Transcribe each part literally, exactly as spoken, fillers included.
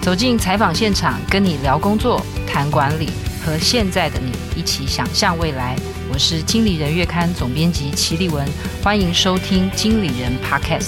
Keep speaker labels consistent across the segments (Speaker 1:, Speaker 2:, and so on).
Speaker 1: 走进采访现场，跟你聊工作、谈管理，和现在的你一起想象未来。我是经理人月刊总编辑齐丽文，欢迎收听经理人 Podcast。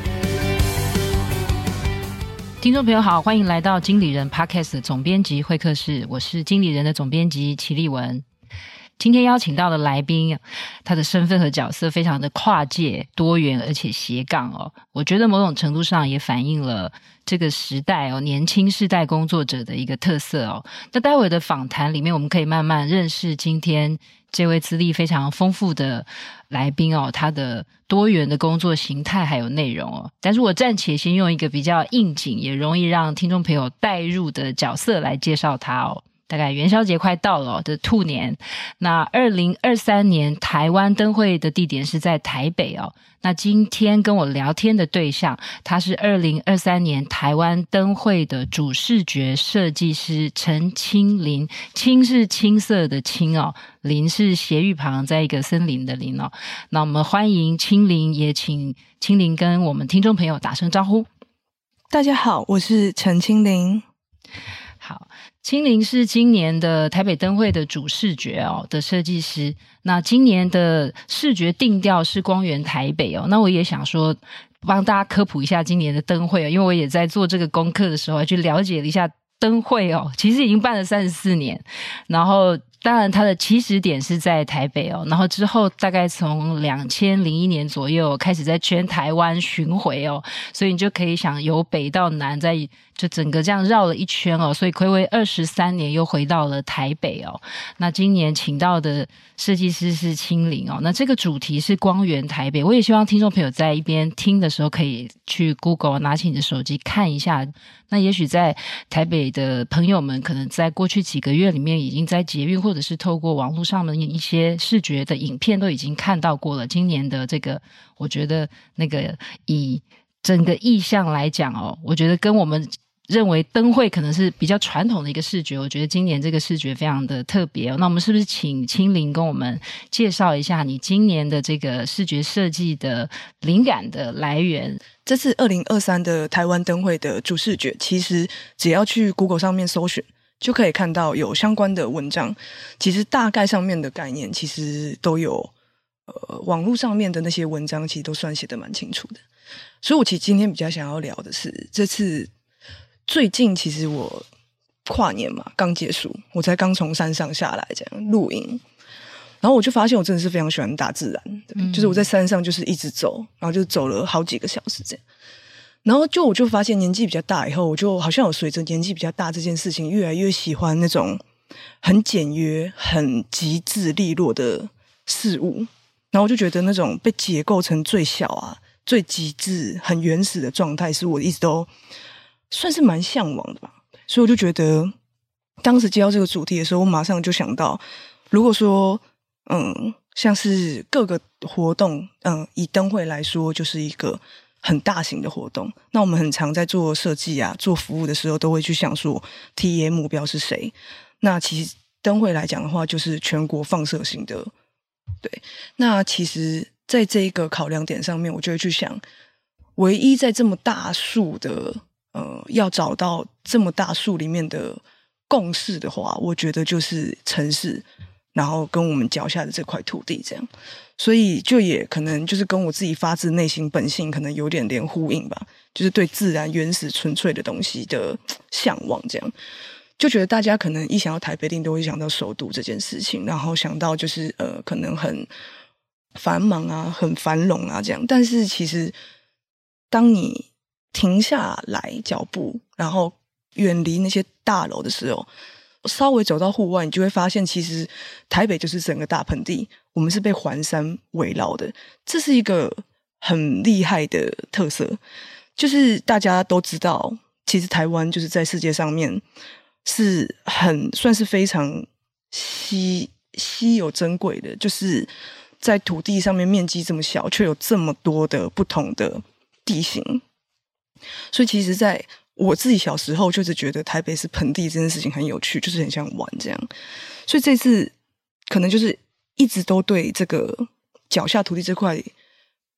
Speaker 1: 听众朋友好，欢迎来到经理人 Podcast 的总编辑会客室，我是经理人的总编辑齐丽文。今天邀请到的来宾，他的身份和角色非常的跨界多元而且斜杠哦，我觉得某种程度上也反映了这个时代哦，年轻世代工作者的一个特色哦。那待会的访谈里面，我们可以慢慢认识今天这位资历非常丰富的来宾哦，他的多元的工作形态还有内容哦。但是我暂且先用一个比较应景也容易让听众朋友带入的角色来介绍他哦。大概元宵节快到了的兔年，那二零二三年台湾灯会的地点是在台北哦。那今天跟我聊天的对象，他是二零二三年台湾灯会的主视觉设计师陈青林，青是青色的青哦，林是斜玉旁在一个森林的林哦。那我们欢迎青林，也请青林跟我们听众朋友打声招呼。
Speaker 2: 大家好，我是陈青林。
Speaker 1: 好，青林是今年的台北灯会的主视觉哦的设计师。那今年的视觉定调是光源台北哦。那我也想说帮大家科普一下今年的灯会哦，因为我也在做这个功课的时候去了解了一下灯会哦，其实已经办了三十四年，然后当然它的起始点是在台北哦，然后之后大概从两千零一年左右开始在全台湾巡回哦，所以你就可以想由北到南在就整个这样绕了一圈哦，所以睽违二十三年又回到了台北哦。那今年请到的设计师是青林哦，那这个主题是光源台北，我也希望听众朋友在一边听的时候可以去 Google 拿起你的手机看一下。那也许在台北的朋友们可能在过去几个月里面已经在捷运或者是透过网络上的一些视觉的影片都已经看到过了。今年的这个我觉得那个以整个意象来讲哦，我觉得跟我们认为灯会可能是比较传统的一个视觉，我觉得今年这个视觉非常的特别哦。那我们是不是请青林跟我们介绍一下你今年的这个视觉设计的灵感的来源？
Speaker 2: 这次二零二三的台湾灯会的主视觉，其实只要去 Google 上面搜寻就可以看到有相关的文章，其实大概上面的概念其实都有，呃，网络上面的那些文章其实都算写得蛮清楚的。所以我其实今天比较想要聊的是，这次最近其实我跨年嘛刚结束，我才刚从山上下来这样露营，然后我就发现我真的是非常喜欢大自然，对、嗯、就是我在山上就是一直走，然后就走了好几个小时这样。然后就我就发现年纪比较大以后，我就好像有随着年纪比较大这件事情越来越喜欢那种很简约很极致利落的事物，然后我就觉得那种被结构成最小啊最极致很原始的状态是我一直都算是蛮向往的吧。所以我就觉得当时接到这个主题的时候，我马上就想到如果说嗯，像是各个活动嗯，以灯会来说就是一个很大型的活动，那我们很常在做设计啊做服务的时候都会去想说 T A 目标是谁。那其实灯会来讲的话就是全国放射性的，对，那其实在这一个考量点上面，我就会去想唯一在这么大数的呃，要找到这么大数里面的共识的话，我觉得就是城市然后跟我们脚下的这块土地这样。所以就也可能就是跟我自己发自内心本性可能有点连呼应吧，就是对自然原始纯粹的东西的向往这样。就觉得大家可能一想到台北一定都会想到首都这件事情，然后想到就是呃，可能很繁忙啊很繁荣啊这样，但是其实当你停下来脚步然后远离那些大楼的时候，稍微走到户外，你就会发现其实台北就是整个大盆地，我们是被环山围绕的，这是一个很厉害的特色。就是大家都知道其实台湾就是在世界上面是很算是非常稀稀有珍贵的，就是在土地上面面积这么小却有这么多的不同的地形。所以其实在我自己小时候就是觉得台北是盆地这件事情很有趣，就是很想玩这样。所以这次可能就是一直都对这个脚下土地这块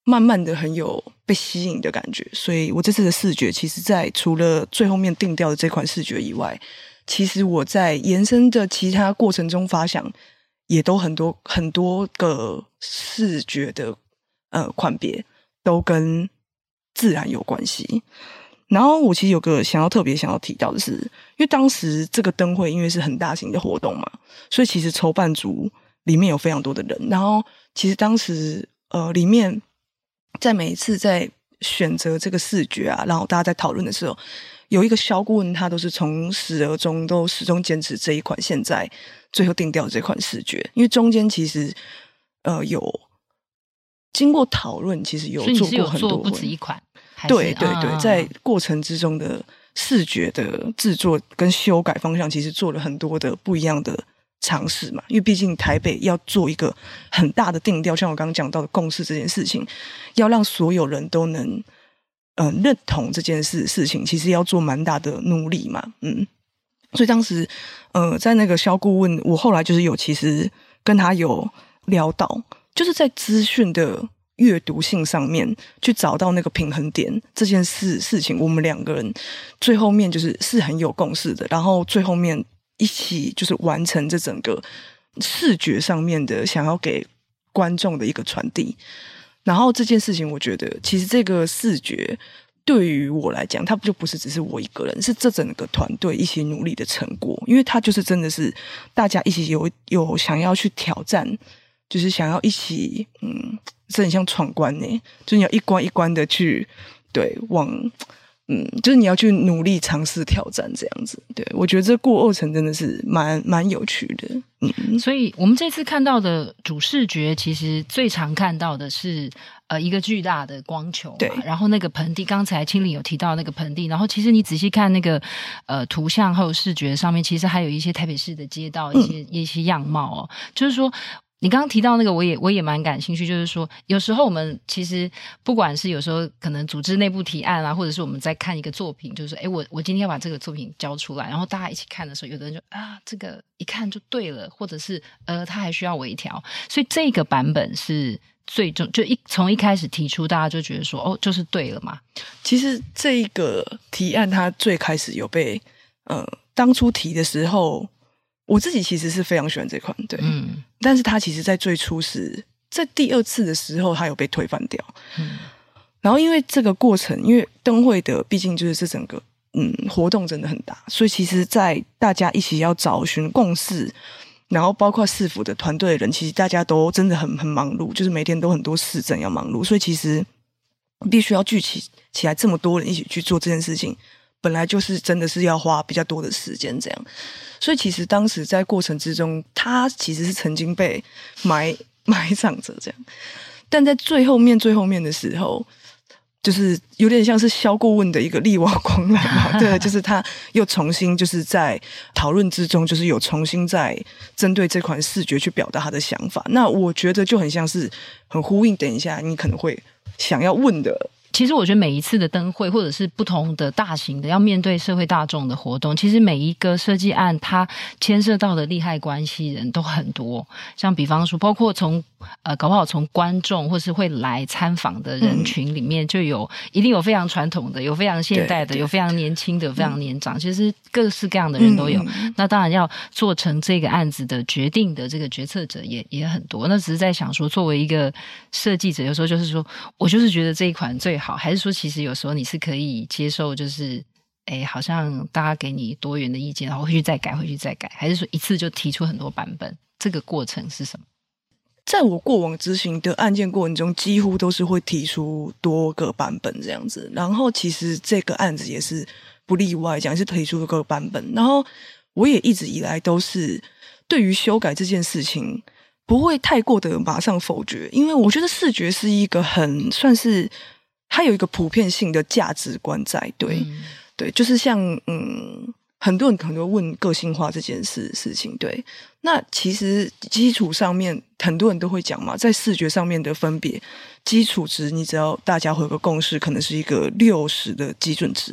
Speaker 2: 慢慢的很有被吸引的感觉，所以我这次的视觉其实在除了最后面定调的这款视觉以外，其实我在延伸的其他过程中发想也都很多很多个视觉的呃款别都跟自然有关系。然后我其实有个想要特别想要提到的是，因为当时这个灯会因为是很大型的活动嘛，所以其实筹办组里面有非常多的人，然后其实当时呃里面在每一次在选择这个视觉啊，然后大家在讨论的时候，有一个小顾问他都是从始而终都始终坚持这一款现在最后定调的这款视觉，因为中间其实呃有经过讨论，其实有做过很多，
Speaker 1: 所以你是有做不止一款，
Speaker 2: 对对对、
Speaker 1: 啊，
Speaker 2: 在过程之中的视觉的制作跟修改方向，其实做了很多的不一样的尝试嘛。因为毕竟台北要做一个很大的定调，像我刚刚讲到的共识这件事情，要让所有人都能嗯、呃、认同这件事事情，其实要做蛮大的努力嘛。嗯，所以当时呃在那个肖顾问，我后来就是有其实跟他有聊到，就是在资讯的阅读性上面去找到那个平衡点，这件事事情我们两个人最后面就是是很有共识的，然后最后面一起就是完成这整个视觉上面的想要给观众的一个传递。然后这件事情我觉得其实这个视觉对于我来讲，它就不是只是我一个人，是这整个团队一起努力的成果，因为它就是真的是大家一起有有想要去挑战，就是想要一起嗯这很像闯关呢，就是你要一关一关的去对往嗯，就是你要去努力尝试挑战这样子。对，我觉得这过程真的是蛮蛮有趣的。嗯，
Speaker 1: 所以我们这次看到的主视觉，其实最常看到的是呃一个巨大的光球嘛，
Speaker 2: 对，
Speaker 1: 然后那个盆地，刚才青玲有提到那个盆地，然后其实你仔细看那个呃图像还有视觉上面，其实还有一些台北市的街道，一些、嗯、一些样貌哦，就是说。你刚刚提到那个我也我也蛮感兴趣，就是说有时候我们其实不管是有时候可能组织内部提案啊，或者是我们在看一个作品，就是说诶我我今天要把这个作品交出来，然后大家一起看的时候，有的人就啊这个一看就对了，或者是呃他还需要微调，所以这个版本是最终就一从一开始提出大家就觉得说哦就是对了嘛。
Speaker 2: 其实这一个提案它最开始有被呃当初提的时候，我自己其实是非常喜欢这款，对，嗯，但是它其实在最初是在第二次的时候它有被推翻掉，嗯，然后因为这个过程，因为灯会的毕竟就是这整个嗯活动真的很大，所以其实在大家一起要找寻共识，然后包括市府的团队的人，其实大家都真的很很忙碌，就是每天都很多市政要忙碌，所以其实必须要聚集起来这么多人一起去做这件事情，本来就是真的是要花比较多的时间这样，所以其实当时在过程之中，他其实是曾经被埋埋藏着这样，但在最后面最后面的时候，就是有点像是肖顾问的一个力挽狂澜嘛，对，就是他又重新就是在讨论之中，就是有重新在针对这款视觉去表达他的想法。那我觉得就很像是很呼应，等一下你可能会想要问的。
Speaker 1: 其实我觉得每一次的灯会或者是不同的大型的要面对社会大众的活动，其实每一个设计案它牵涉到的利害关系人都很多，像比方说包括从呃搞不好从观众或是会来参访的人群里面就有、嗯、一定有非常传统的，有非常现代的，有非常年轻的，有非常年长、嗯、其实各式各样的人都有、嗯、那当然要做成这个案子的决定的这个决策者也也很多。那只是在想说作为一个设计者，有时候就是说我就是觉得这一款最好，还是说其实有时候你是可以接受就是诶好像大家给你多元的意见，然后回去再改回去再改，还是说一次就提出很多版本，这个过程是什么？
Speaker 2: 在我过往执行的案件过程中，几乎都是会提出多个版本这样子，然后其实这个案子也是不例外，讲是提出多个版本，然后我也一直以来都是对于修改这件事情不会太过的马上否决，因为我觉得视觉是一个很算是它有一个普遍性的价值观在，对、嗯、对，就是像嗯，很多人可能会问个性化这件事事情，对，那其实基础上面很多人都会讲嘛，在视觉上面的分别，基础值你只要大家会有个共识，可能是一个六十的基准值，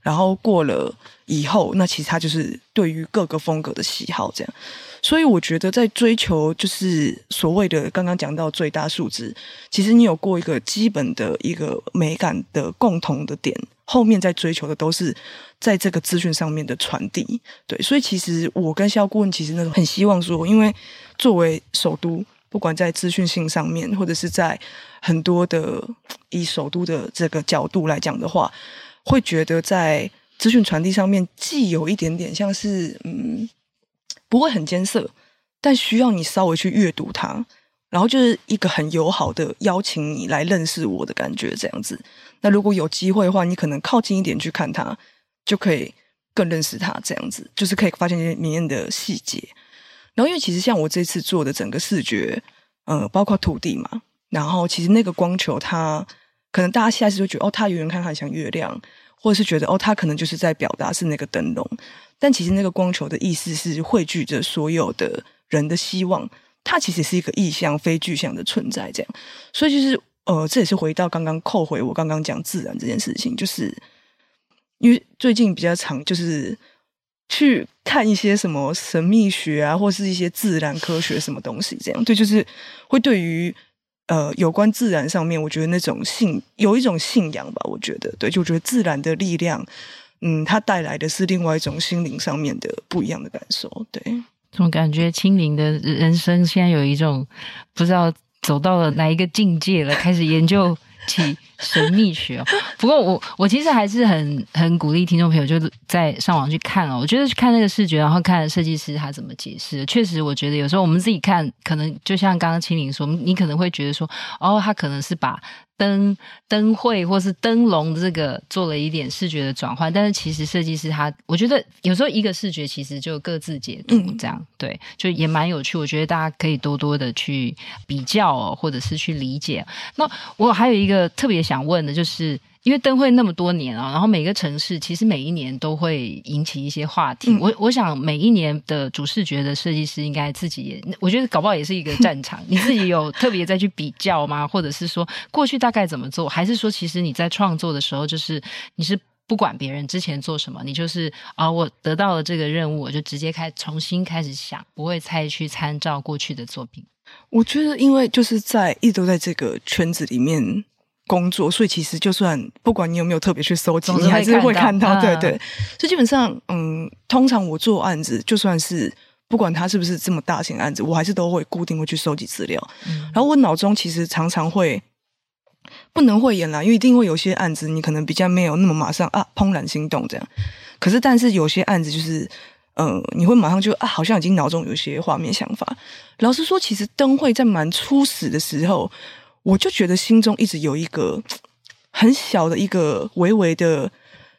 Speaker 2: 然后过了以后，那其实他就是对于各个风格的喜好这样。所以我觉得在追求就是所谓的刚刚讲到最大数值，其实你有过一个基本的一个美感的共同的点，后面在追求的都是在这个资讯上面的传递。对，所以其实我跟肖顾问其实那种很希望说，因为作为首都，不管在资讯性上面，或者是在很多的以首都的这个角度来讲的话，会觉得在资讯传递上面既有一点点像是嗯不会很艰涩，但需要你稍微去阅读它，然后就是一个很友好的邀请你来认识我的感觉这样子。那如果有机会的话，你可能靠近一点去看它，就可以更认识它这样子，就是可以发现里面的细节。然后因为其实像我这次做的整个视觉呃，包括土地嘛，然后其实那个光球它可能大家下意识就觉得哦，它远远看很像月亮，或者是觉得哦，它可能就是在表达是那个灯笼，但其实那个光球的意思是汇聚着所有的人的希望，它其实是一个意象非具象的存在这样。所以就是呃，这也是回到刚刚扣回我刚刚讲自然这件事情，就是因为最近比较常就是去看一些什么神秘学啊，或是一些自然科学什么东西这样，对，就是会对于呃有关自然上面，我觉得那种信有一种信仰吧，我觉得对，就我觉得自然的力量，嗯，它带来的是另外一种心灵上面的不一样的感受，对。
Speaker 1: 怎么感觉清零的人生现在有一种不知道走到了哪一个境界了，开始研究起神秘学哦。不过我我其实还是很很鼓励听众朋友就在上网去看哦。我觉得去看那个视觉，然后看设计师他怎么解释。确实，我觉得有时候我们自己看，可能就像刚刚清零说，你可能会觉得说，哦，他可能是把灯灯会或是灯笼这个做了一点视觉的转换，但是其实设计师他，我觉得有时候一个视觉其实就各自解读这样，嗯、对，就也蛮有趣。我觉得大家可以多多的去比较哦，或者是去理解。那我还有一个特别想问的，就是因为灯会那么多年啊，然后每个城市其实每一年都会引起一些话题。嗯、我我想每一年的主视觉的设计师应该自己也，我觉得搞不好也是一个战场。你自己有特别再去比较吗？或者是说过去大概怎么做？还是说其实你在创作的时候，就是你是不管别人之前做什么，你就是啊、哦，我得到了这个任务，我就直接开重新开始想，不会再去参照过去的作品。
Speaker 2: 我觉得因为就是在一直都在这个圈子里面工作，所以其实就算不管你有没有特别去搜集，你还是会看到，对对。所以基本上，嗯，通常我做案子，就算是不管它是不是这么大型的案子，我还是都会固定会去收集资料。嗯、然后我脑中其实常常会不能讳言啦，因为一定会有些案子你可能比较没有那么马上啊怦然心动这样。可是但是有些案子就是。呃，你会马上就啊，好像已经脑中有一些画面想法。老实说，其实灯会在蛮初始的时候，我就觉得心中一直有一个很小的一个微微的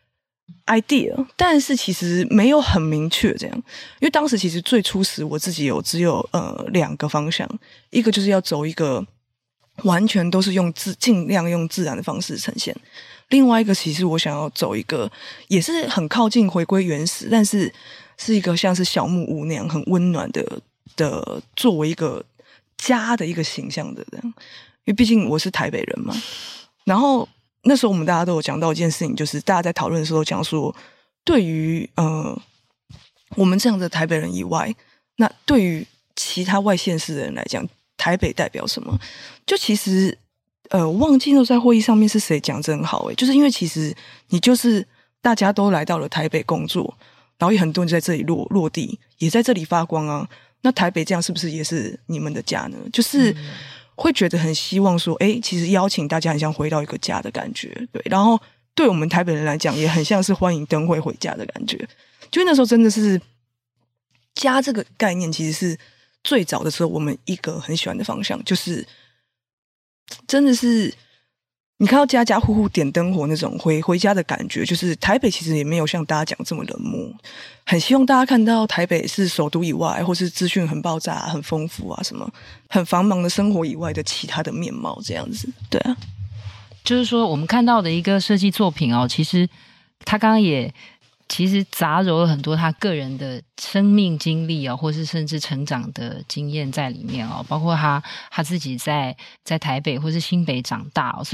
Speaker 2: idea， 但是其实没有很明确这样。因为当时其实最初始我自己有只有呃两个方向，一个就是要走一个完全都是用自尽量用自然的方式呈现，另外一个其实我想要走一个也是很靠近回归原始，但是是一个像是小木屋那样很温暖的的作为一个家的一个形象的这样。因为毕竟我是台北人嘛，然后那时候我们大家都有讲到一件事情，就是大家在讨论的时候讲说，对于呃我们这样的台北人以外，那对于其他外县市的人来讲，台北代表什么？就其实呃忘记了在会议上面是谁讲真好诶，就是因为其实你就是大家都来到了台北工作，然后也很多人在这里落落地，也在这里发光啊。那台北这样是不是也是你们的家呢？就是会觉得很希望说，诶，其实邀请大家很像回到一个家的感觉，对。然后对我们台北人来讲，也很像是欢迎灯会回家的感觉。就那时候真的是家这个概念，其实是最早的时候我们一个很喜欢的方向，就是真的是。你看到家家户户点灯火那种回回家的感觉，就是台北其实也没有像大家讲这么冷漠，很希望大家看到台北是首都以外，或是资讯很爆炸、很丰富啊，什么很繁忙的生活以外的其他的面貌，这样子。对啊，
Speaker 1: 就是说我们看到的一个设计作品哦，其实他刚刚也其实杂糅了很多他个人的生命经历哦，或是甚至成长的经验在里面哦，包括他他自己在在台北或是新北长大哦，所以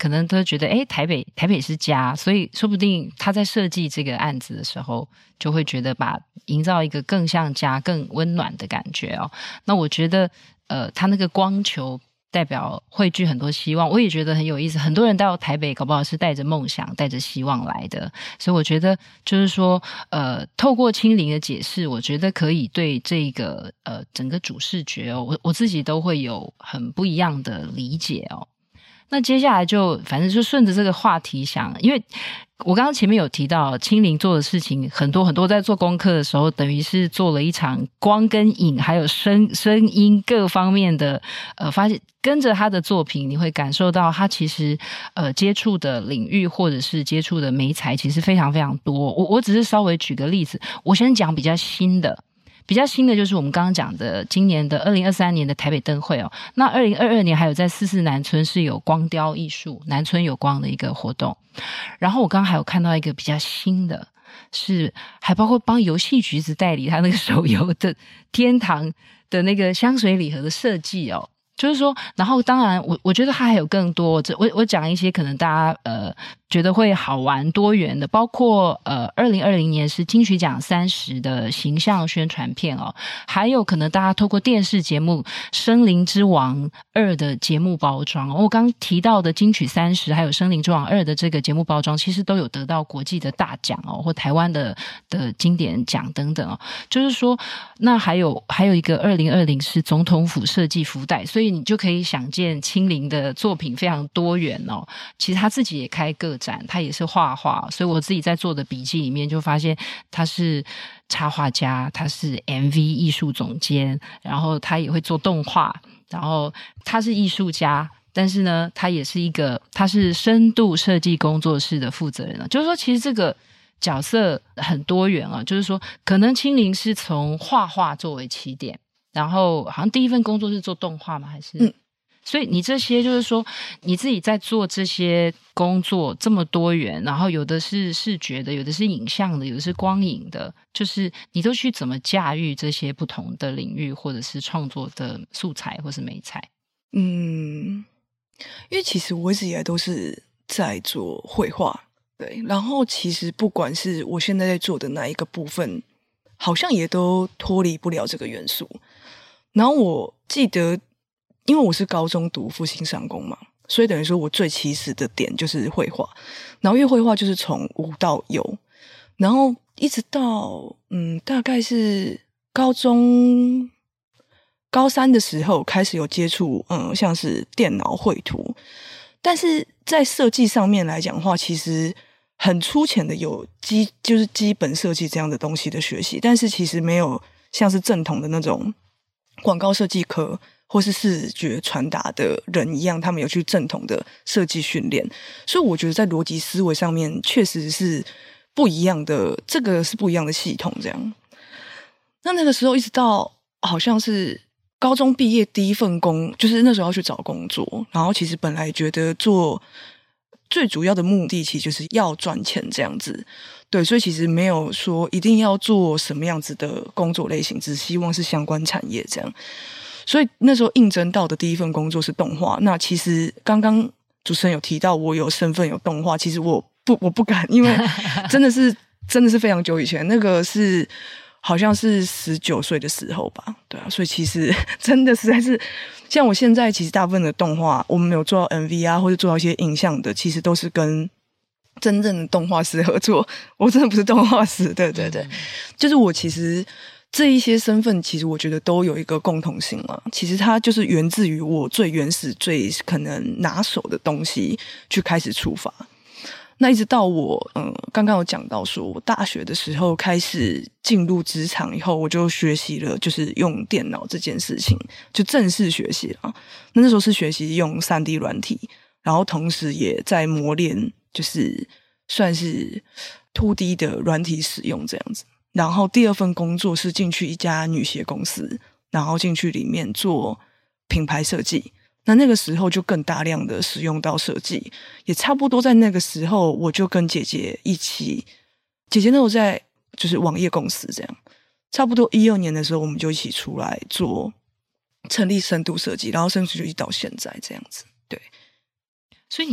Speaker 1: 可能都觉得诶台北台北是家，所以说不定他在设计这个案子的时候就会觉得把营造一个更像家更温暖的感觉哦。那我觉得呃他那个光球代表汇聚很多希望，我也觉得很有意思。很多人到台北搞不好是带着梦想带着希望来的，所以我觉得就是说呃，透过清零的解释，我觉得可以对这个呃整个主视觉哦，我我自己都会有很不一样的理解哦。那接下来就反正就顺着这个话题想，因为我刚刚前面有提到清零做的事情很多很多，在做功课的时候等于是做了一场光跟影还有声声音各方面的呃，发现跟着他的作品你会感受到他其实呃接触的领域或者是接触的媒材其实非常非常多。我我只是稍微举个例子，我先讲比较新的。比较新的就是我们刚刚讲的今年的二零二三年的台北灯会哦，那二零二二年还有在四四南村是有光雕艺术南村有光的一个活动。然后我刚刚还有看到一个比较新的，是还包括帮游戏橘子代理他那个手游的天堂的那个香水礼盒的设计哦。就是说，然后当然我我觉得它还有更多，这我我讲一些可能大家呃觉得会好玩多元的，包括呃二零二零年是金曲奖三十的形象宣传片哦，还有可能大家透过电视节目《森林之王二》的节目包装哦，我刚刚提到的金曲三十还有《森林之王二》的这个节目包装，其实都有得到国际的大奖哦，或台湾的的经典奖等等哦。就是说，那还有还有一个二零二零是总统府设计福袋，所以你就可以想见清零的作品非常多元哦。其实他自己也开个展，他也是画画，所以我自己在做的笔记里面就发现他是插画家，他是 M V 艺术总监，然后他也会做动画，然后他是艺术家，但是呢他也是一个他是深度设计工作室的负责人了。就是说其实这个角色很多元啊，就是说可能清零是从画画作为起点，然后好像第一份工作是做动画吗？还是、嗯、所以你这些就是说你自己在做这些工作这么多元，然后有的是视觉的，有的是影像的，有的是光影的，就是你都去怎么驾驭这些不同的领域或者是创作的素材或是媒材？
Speaker 2: 嗯，因为其实我一直以来都是在做绘画，对，然后其实不管是我现在在做的哪一个部分，好像也都脱离不了这个元素。然后我记得因为我是高中读复兴商工嘛，所以等于说我最起始的点就是绘画，然后因为绘画就是从无到有，然后一直到嗯大概是高中高三的时候开始有接触嗯像是电脑绘图，但是在设计上面来讲的话，其实很粗浅的有基就是基本设计这样的东西的学习，但是其实没有像是正统的那种广告设计科或是视觉传达的人一样，他们有去正统的设计训练，所以我觉得在逻辑思维上面确实是不一样的，这个是不一样的系统这样。那那个时候一直到好像是高中毕业第一份工，就是那时候要去找工作，然后其实本来觉得做最主要的目的其实就是要赚钱这样子，对，所以其实没有说一定要做什么样子的工作类型，只希望是相关产业这样。所以那时候应征到的第一份工作是动画，那其实刚刚主持人有提到我有身份有动画，其实我不我不敢，因为真的是真的是非常久以前，那个是好像是十九岁的时候吧，对啊，所以其实真的实在是像我现在其实大部分的动画我们有做到 M V 啊，或者做到一些影像的，其实都是跟真正的动画师合作，我真的不是动画师，对对对，就是我其实这一些身份其实我觉得都有一个共同性嘛，其实它就是源自于我最原始最可能拿手的东西去开始出发。那一直到我嗯，刚刚有讲到说我大学的时候开始进入职场以后，我就学习了就是用电脑这件事情，就正式学习了。那那时候是学习用 三 D 软体，然后同时也在磨练就是算是 二 D 的软体使用这样子。然后第二份工作是进去一家女鞋公司，然后进去里面做品牌设计。那那个时候就更大量的使用到设计，也差不多在那个时候我就跟姐姐一起，姐姐那时候在就是网页公司这样，差不多一二年的时候我们就一起出来做成立深度设计，然后深度就一直到现在这样子。对，
Speaker 1: 所以你在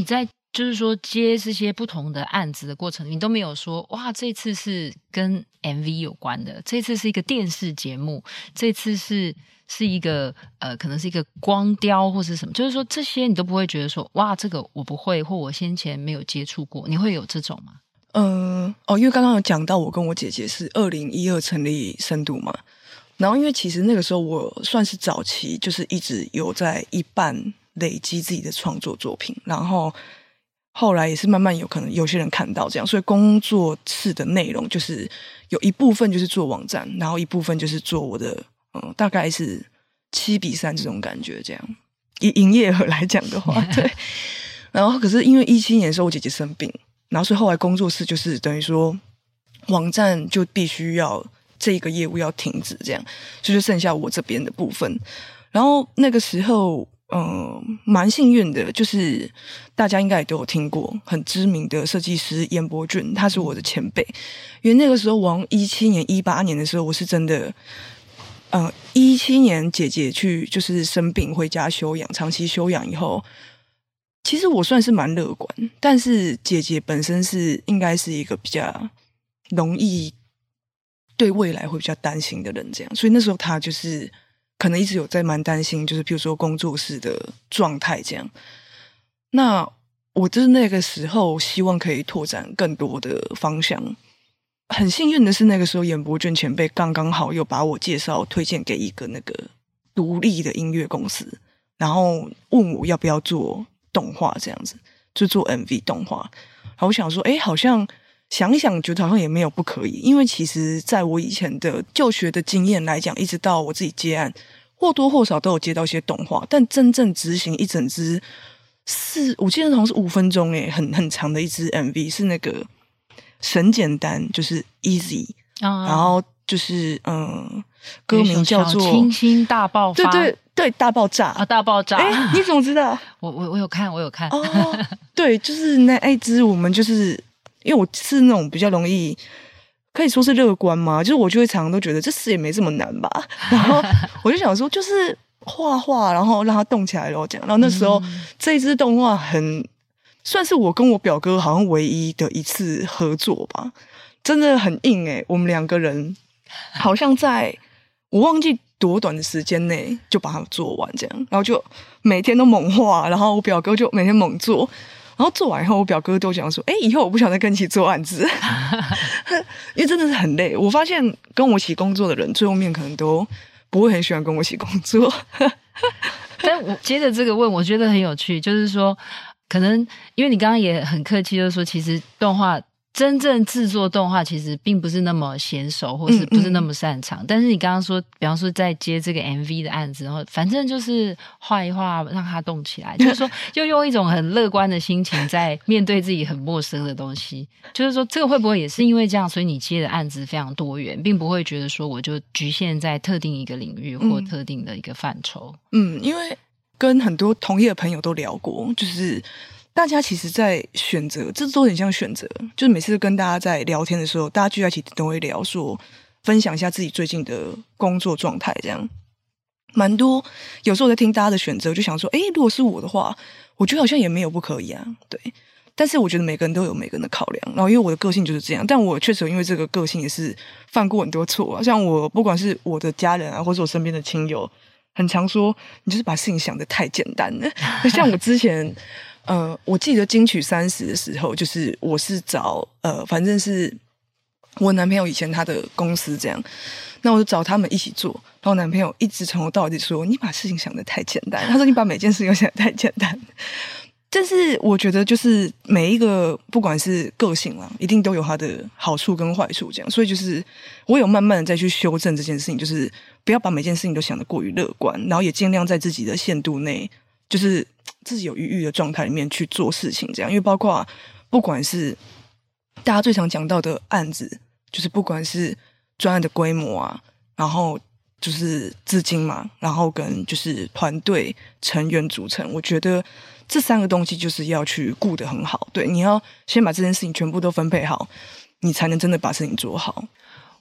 Speaker 1: 就是说接这些不同的案子的过程，你都没有说哇这次是跟 M V 有关的，这次是一个电视节目，这次是是一个呃可能是一个光雕或是什么，就是说这些你都不会觉得说哇这个我不会，或我先前没有接触过，你会有这种吗？
Speaker 2: 嗯、呃，哦，因为刚刚有讲到我跟我姐姐是二零一二成立深度嘛，然后因为其实那个时候我算是早期就是一直有在一半累积自己的创作作品，然后后来也是慢慢有可能有些人看到这样，所以工作室的内容就是有一部分就是做网站，然后一部分就是做我的嗯，大概是七比三这种感觉这样，以营业额来讲的话对。然后可是因为一七年的时候我姐姐生病，然后所以后来工作室就是等于说网站就必须要这个业务要停止这样，所以就剩下我这边的部分。然后那个时候嗯，蛮幸运的，就是大家应该也都有听过很知名的设计师严伯俊，他是我的前辈。因为那个时候我一七年一八年的时候我是真的呃，一七年姐姐去就是生病回家休养，长期休养以后，其实我算是蛮乐观，但是姐姐本身是应该是一个比较容易对未来会比较担心的人这样，所以那时候她就是可能一直有在蛮担心，就是比如说工作室的状态这样。那我就是那个时候希望可以拓展更多的方向。很幸运的是那个时候严伯俊前辈刚刚好又把我介绍推荐给一个那个独立的音乐公司，然后问我要不要做动画这样子，就做 M V 动画。然后我想说诶好像想一想觉得好像也没有不可以，因为其实在我以前的就学的经验来讲，一直到我自己接案或多或少都有接到一些动画，但真正执行一整支是我记得好像是五分钟诶很很长的一支 M V， 是那个神简单就是 easy、哦、然后就是嗯歌名叫做
Speaker 1: 清新大爆发，
Speaker 2: 对对对大爆炸
Speaker 1: 啊、哦、大爆炸
Speaker 2: 诶你怎么知道？
Speaker 1: 我我我有看我有看
Speaker 2: 哦对就是那一支我们就是因为我是那种比较容易可以说是乐观嘛，就是我就会常常都觉得这事也没这么难吧，然后我就想说就是画画然后让它动起来咯这样。然后那时候、嗯、这一支动画很算是我跟我表哥好像唯一的一次合作吧，真的很硬诶、欸、我们两个人好像在我忘记多短的时间内就把它做完这样，然后就每天都猛画，然后我表哥就每天猛做，然后做完以后我表哥都讲说诶以后我不想再跟你一起做案子因为真的是很累，我发现跟我一起工作的人最后面可能都不会很喜欢跟我一起工作
Speaker 1: 但我接着这个问我觉得很有趣，就是说可能因为你刚刚也很客气，就是说其实动画真正制作动画其实并不是那么娴熟，或是不是那么擅长、嗯嗯、但是你刚刚说比方说在接这个 M V 的案子，然后反正就是画一画让它动起来就是说就用一种很乐观的心情在面对自己很陌生的东西就是说这个会不会也是因为这样，所以你接的案子非常多元，并不会觉得说我就局限在特定一个领域或特定的一个范畴。
Speaker 2: 嗯，因为跟很多同业的朋友都聊过，就是大家其实在选择，这都很像选择，就是每次跟大家在聊天的时候，大家聚在一起都会聊说分享一下自己最近的工作状态这样，蛮多有时候在听大家的选择就想说诶如果是我的话我觉得好像也没有不可以啊，对，但是我觉得每个人都有每个人的考量，然后因为我的个性就是这样，但我确实因为这个个性也是犯过很多错啊，像我不管是我的家人啊或者我身边的亲友很常说你就是把事情想得太简单了像我之前呃，我记得金曲三十的时候，就是我是找呃，反正是我男朋友以前他的公司这样，那我就找他们一起做。然后我男朋友一直从头到尾说：“你把事情想得太简单。”他说：“你把每件事情都想得太简单。”但是我觉得，就是每一个不管是个性啦，一定都有它的好处跟坏处，这样。所以就是我有慢慢的再去修正这件事情，就是不要把每件事情都想得过于乐观，然后也尽量在自己的限度内，就是自己有余裕的状态里面去做事情这样。因为包括不管是大家最常讲到的案子，就是不管是专案的规模啊，然后就是资金嘛，然后跟就是团队成员组成，我觉得这三个东西就是要去顾得很好。对，你要先把这件事情全部都分配好，你才能真的把事情做好。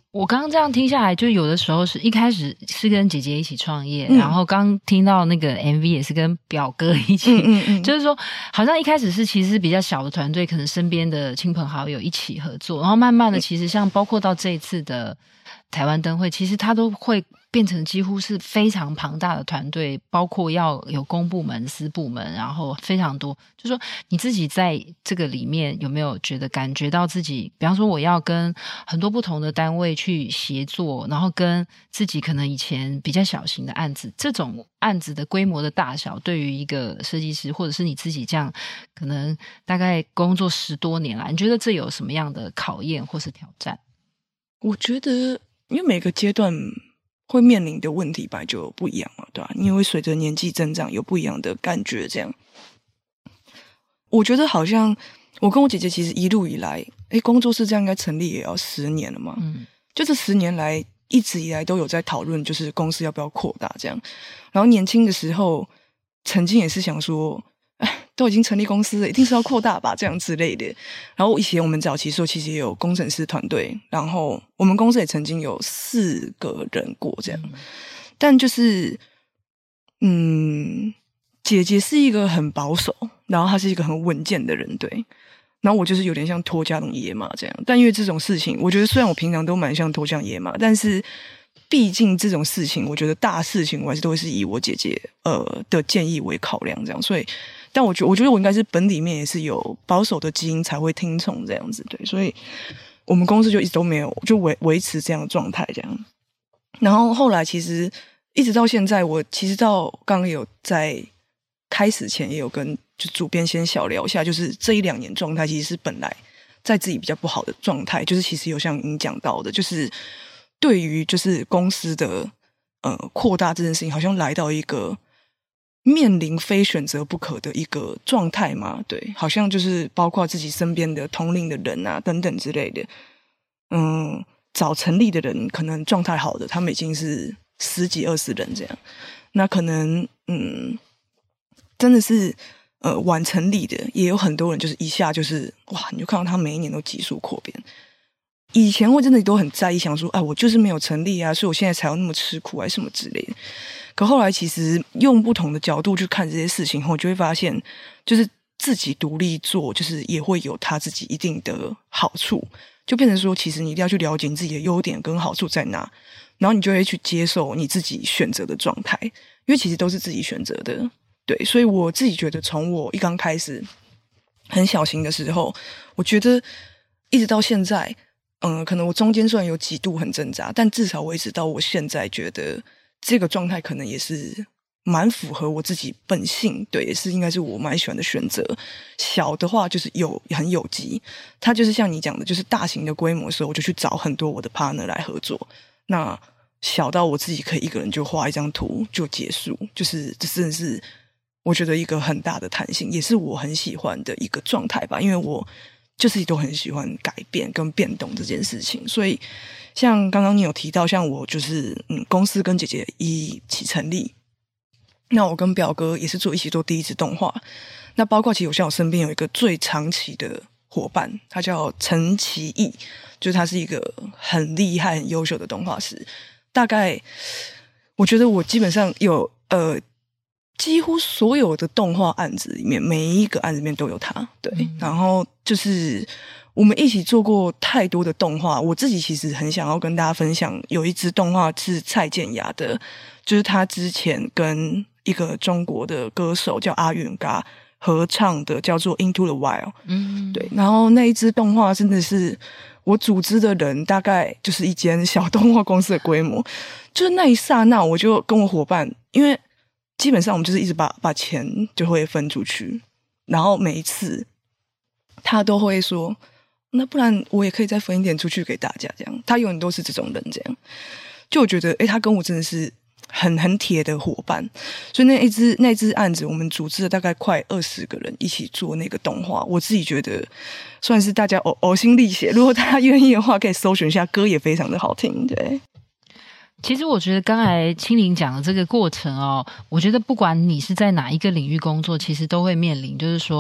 Speaker 1: 我刚刚这样听下来，就有的时候是一开始是跟姐姐一起创业，
Speaker 2: 嗯、
Speaker 1: 然后刚听到那个 M V 也是跟表哥一起，
Speaker 2: 嗯嗯嗯
Speaker 1: 就是说好像一开始是其实比较小的团队，可能身边的亲朋好友一起合作，然后慢慢的其实像包括到这一次的台湾灯会，其实它都会变成几乎是非常庞大的团队，包括要有公部门、私部门，然后非常多。就说你自己在这个里面有没有觉得感觉到自己，比方说我要跟很多不同的单位去协作，然后跟自己可能以前比较小型的案子，这种案子的规模的大小，对于一个设计师或者是你自己这样可能大概工作十多年来，你觉得这有什么样的考验或是挑战？
Speaker 2: 我觉得因为每个阶段会面临的问题本来就不一样嘛，对吧、啊？你也会随着年纪增长有不一样的感觉，这样。我觉得好像我跟我姐姐其实一路以来，诶，工作室这样应该成立也要十年了嘛。嗯，就这十年来一直以来都有在讨论，就是公司要不要扩大这样。然后年轻的时候曾经也是想说，哎，都已经成立公司了，一定是要扩大吧，这样之类的。然后以前我们早期时候其实也有工程师团队，然后我们公司也曾经有四个人过这样。嗯、但就是嗯姐姐是一个很保守，然后她是一个很稳健的人，对。然后我就是有点像脱缰的野马这样，但因为这种事情，我觉得虽然我平常都蛮像脱缰野马，但是毕竟这种事情，我觉得大事情我还是都会是以我姐姐呃的建议为考量这样，所以。但我觉得，我觉得我应该是本里面也是有保守的基因才会听从这样子，对，所以我们公司就一直都没有就维维持这样的状态这样。然后后来其实一直到现在，我其实到刚刚有在开始前也有跟就主编先小聊一下，就是这一两年状态其实是本来在自己比较不好的状态，就是其实有像您讲到的，就是对于就是公司的呃扩大这件事情，好像来到一个。面临非选择不可的一个状态嘛，对，好像就是包括自己身边的同龄的人啊等等之类的，嗯，早成立的人可能状态好的，他们已经是十几二十人这样，那可能嗯，真的是呃晚成立的，也有很多人就是一下就是哇，你就看到他每一年都急速扩编。以前我真的都很在意，想说，哎，我就是没有成立啊，所以我现在才要那么吃苦，还是什么之类的。可后来其实用不同的角度去看这些事情后，就会发现，就是自己独立做，就是也会有他自己一定的好处，就变成说，其实你一定要去了解你自己的优点跟好处在哪，然后你就会去接受你自己选择的状态，因为其实都是自己选择的，对。所以我自己觉得，从我一刚开始很小型的时候，我觉得一直到现在。嗯，可能我中间虽然有几度很挣扎，但至少我一直到我现在觉得这个状态可能也是蛮符合我自己本性，对，也是应该是我蛮喜欢的选择。小的话就是有很有机，它就是像你讲的，就是大型的规模的时候，我就去找很多我的 partner 来合作。那小到我自己可以一个人就画一张图就结束，就是这真的是我觉得一个很大的弹性，也是我很喜欢的一个状态吧，因为我。就是都很喜欢改变跟变动这件事情，所以像刚刚你有提到，像我就是嗯，公司跟姐姐一起成立，那我跟表哥也是做一起做第一支动画，那包括其实我像我身边有一个最长期的伙伴，他叫陈其义，就是他是一个很厉害、很优秀的动画师，大概我觉得我基本上有呃。几乎所有的动画案子里面，每一个案子里面都有他，对。嗯、然后就是我们一起做过太多的动画，我自己其实很想要跟大家分享，有一支动画是蔡健雅的，就是他之前跟一个中国的歌手叫阿允嘎合唱的，叫做《Into the Wild》。嗯，对。然后那一支动画真的是我组织的人大概就是一间小动画公司的规模，就是那一刹那，我就跟我伙伴，因为。基本上我们就是一直把把钱就会分出去，然后每一次他都会说，那不然我也可以再分一点出去给大家，这样。他永远都是这种人，这样。就我觉得，诶，他跟我真的是很很铁的伙伴，所以那一支那支案子，我们组织了大概快二十个人一起做那个动画。我自己觉得算是大家呕呕心沥血，如果大家愿意的话，可以搜寻一下，歌也非常的好听，对。
Speaker 1: 其实我觉得刚才青玲讲的这个过程哦，我觉得不管你是在哪一个领域工作，其实都会面临，就是说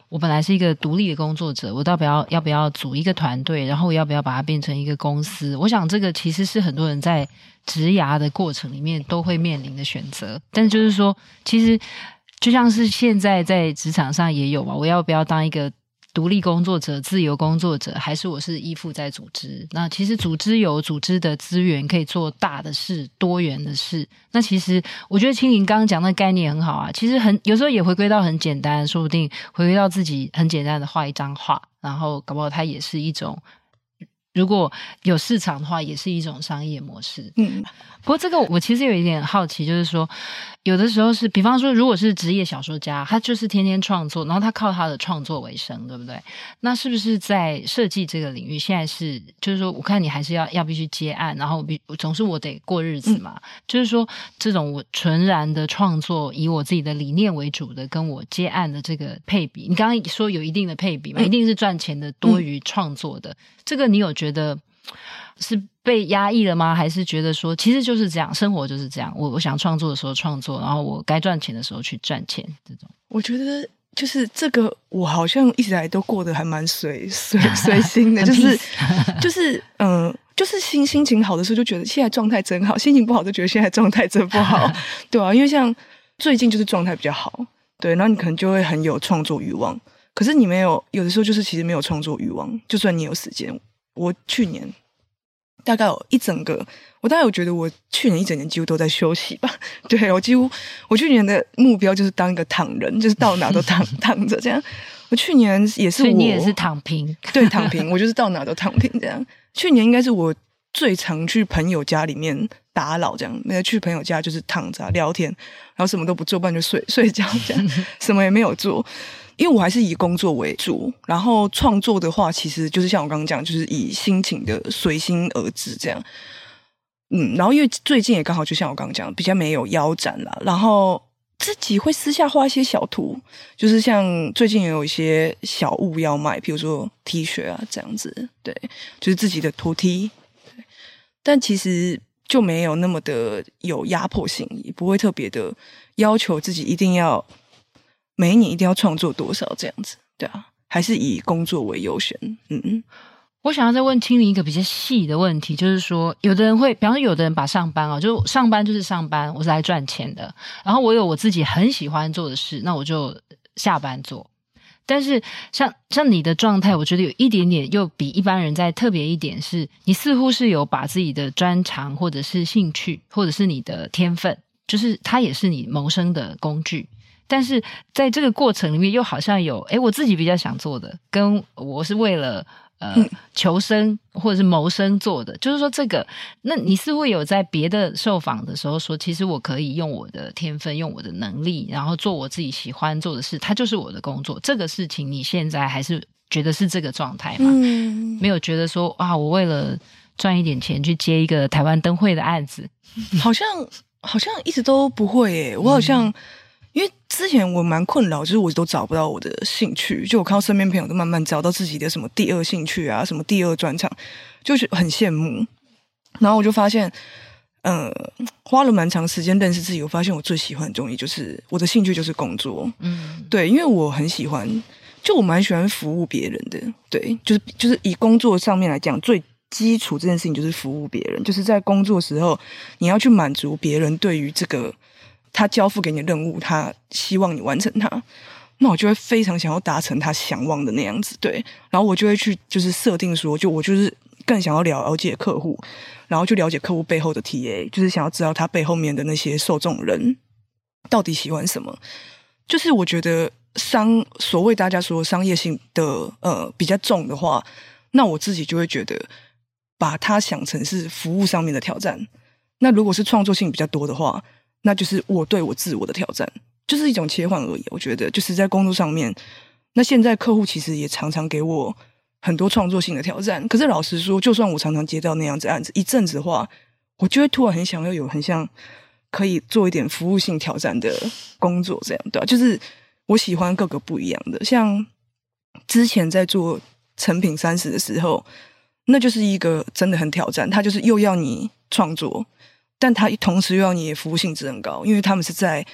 Speaker 1: 我本来是一个独立的工作者，我到底要要不要组一个团队，然后我要不要把它变成一个公司？我想这个其实是很多人在职涯的过程里面都会面临的选择。但是就是说，其实就像是现在在职场上也有嘛，我要不要当一个独立工作者、自由工作者，还是我是依附在组织？那其实组织有组织的资源可以做大的事、多元的事。那其实我觉得青玲刚刚讲的概念很好啊，其实很有时候也回归到很简单，说不定回归到自己很简单的画一张画，然后搞不好它也是一种，如果有市场的话，也是一种商业模式。嗯，不过这个我其实有一点好奇，就是说有的时候是比方说如果是职业小说家，他就是天天创作，然后他靠他的创作为生，对不对？那是不是在设计这个领域现在是就是说我看你还是要要必须接案，然后必总是我得过日子嘛、嗯、就是说这种我纯然的创作以我自己的理念为主的跟我接案的这个配比，你刚刚说有一定的配比嘛、嗯、一定是赚钱的多于创作的、嗯、这个你有觉得是被压抑了吗？还是觉得说其实就是这样，生活就是这样，我我想创作的时候创作，然后我该赚钱的时候去赚钱，这种
Speaker 2: 我觉得就是这个我好像一直来都过得还蛮随随随心的就是就是嗯、呃，就是心心情好的时候就觉得现在状态真好，心情不好就觉得现在状态真不好对啊，因为像最近就是状态比较好，对，然后你可能就会很有创作欲望，可是你没有，有的时候就是其实没有创作欲望，就算你有时间。我去年大概有一整个，我大概有觉得我去年一整年几乎都在休息吧。对，我几乎我去年的目标就是当一个躺人，就是到哪都躺躺着这样。我去年也是我，
Speaker 1: 所以你也是躺平，
Speaker 2: 对，躺平，我就是到哪都躺平这样。去年应该是我最常去朋友家里面打扰这样，没有去朋友家就是躺着、啊、聊天，然后什么都不做，不然就睡睡觉这样，什么也没有做。因为我还是以工作为主，然后创作的话其实就是像我刚刚讲，就是以心情的随心而至这样。嗯，然后因为最近也刚好就像我刚刚讲比较没有腰斩啦，然后自己会私下画一些小图，就是像最近也有一些小物要卖，比如说 T 恤啊这样子，对，就是自己的图 T， 但其实就没有那么的有压迫性，也不会特别的要求自己一定要每一年一定要创作多少这样子，对啊，还是以工作为优先。嗯，
Speaker 1: 我想要再问青玲一个比较细的问题，就是说有的人会比方说有的人把上班哦，就上班就是上班，我是来赚钱的，然后我有我自己很喜欢做的事，那我就下班做。但是像像你的状态，我觉得有一点点又比一般人再特别一点，是你似乎是有把自己的专长或者是兴趣或者是你的天分，就是它也是你谋生的工具，但是在这个过程里面又好像有诶我自己比较想做的跟我是为了呃求生或者是谋生做的，就是说这个那你似乎有在别的受访的时候说其实我可以用我的天分用我的能力然后做我自己喜欢做的事，它就是我的工作，这个事情你现在还是觉得是这个状态吗？嗯，没有觉得说啊我为了赚一点钱去接一个台湾灯会的案子？
Speaker 2: 好像好像一直都不会耶，我好像、嗯因为之前我蛮困扰，就是我都找不到我的兴趣，就我看到身边朋友都慢慢找到自己的什么第二兴趣啊，什么第二专长，就是很羡慕。然后我就发现，呃，花了蛮长时间认识自己，我发现我最喜欢的东西就是我的兴趣就是工作。嗯，对，因为我很喜欢，就我蛮喜欢服务别人的。对，就是就是以工作上面来讲，最基础这件事情就是服务别人，就是在工作时候你要去满足别人对于这个。他交付给你的任务，他希望你完成它，那我就会非常想要达成他想望的那样子，对。然后我就会去就是设定说，就我就是更想要了解客户，然后去了解客户背后的 T A， 就是想要知道他背后面的那些受众人到底喜欢什么。就是我觉得商所谓大家说商业性的呃比较重的话，那我自己就会觉得把它想成是服务上面的挑战。那如果是创作性比较多的话，那就是我对我自我的挑战，就是一种切换而已。我觉得就是在工作上面，那现在客户其实也常常给我很多创作性的挑战。可是老实说，就算我常常接到那样子案子，一阵子的话，我就会突然很想要有很像可以做一点服务性挑战的工作，这样对吧、啊？就是我喜欢各个不一样的。像之前在做成品三十的时候，那就是一个真的很挑战，它就是又要你创作。但他同时又要你的服务性质很高，因为他们是在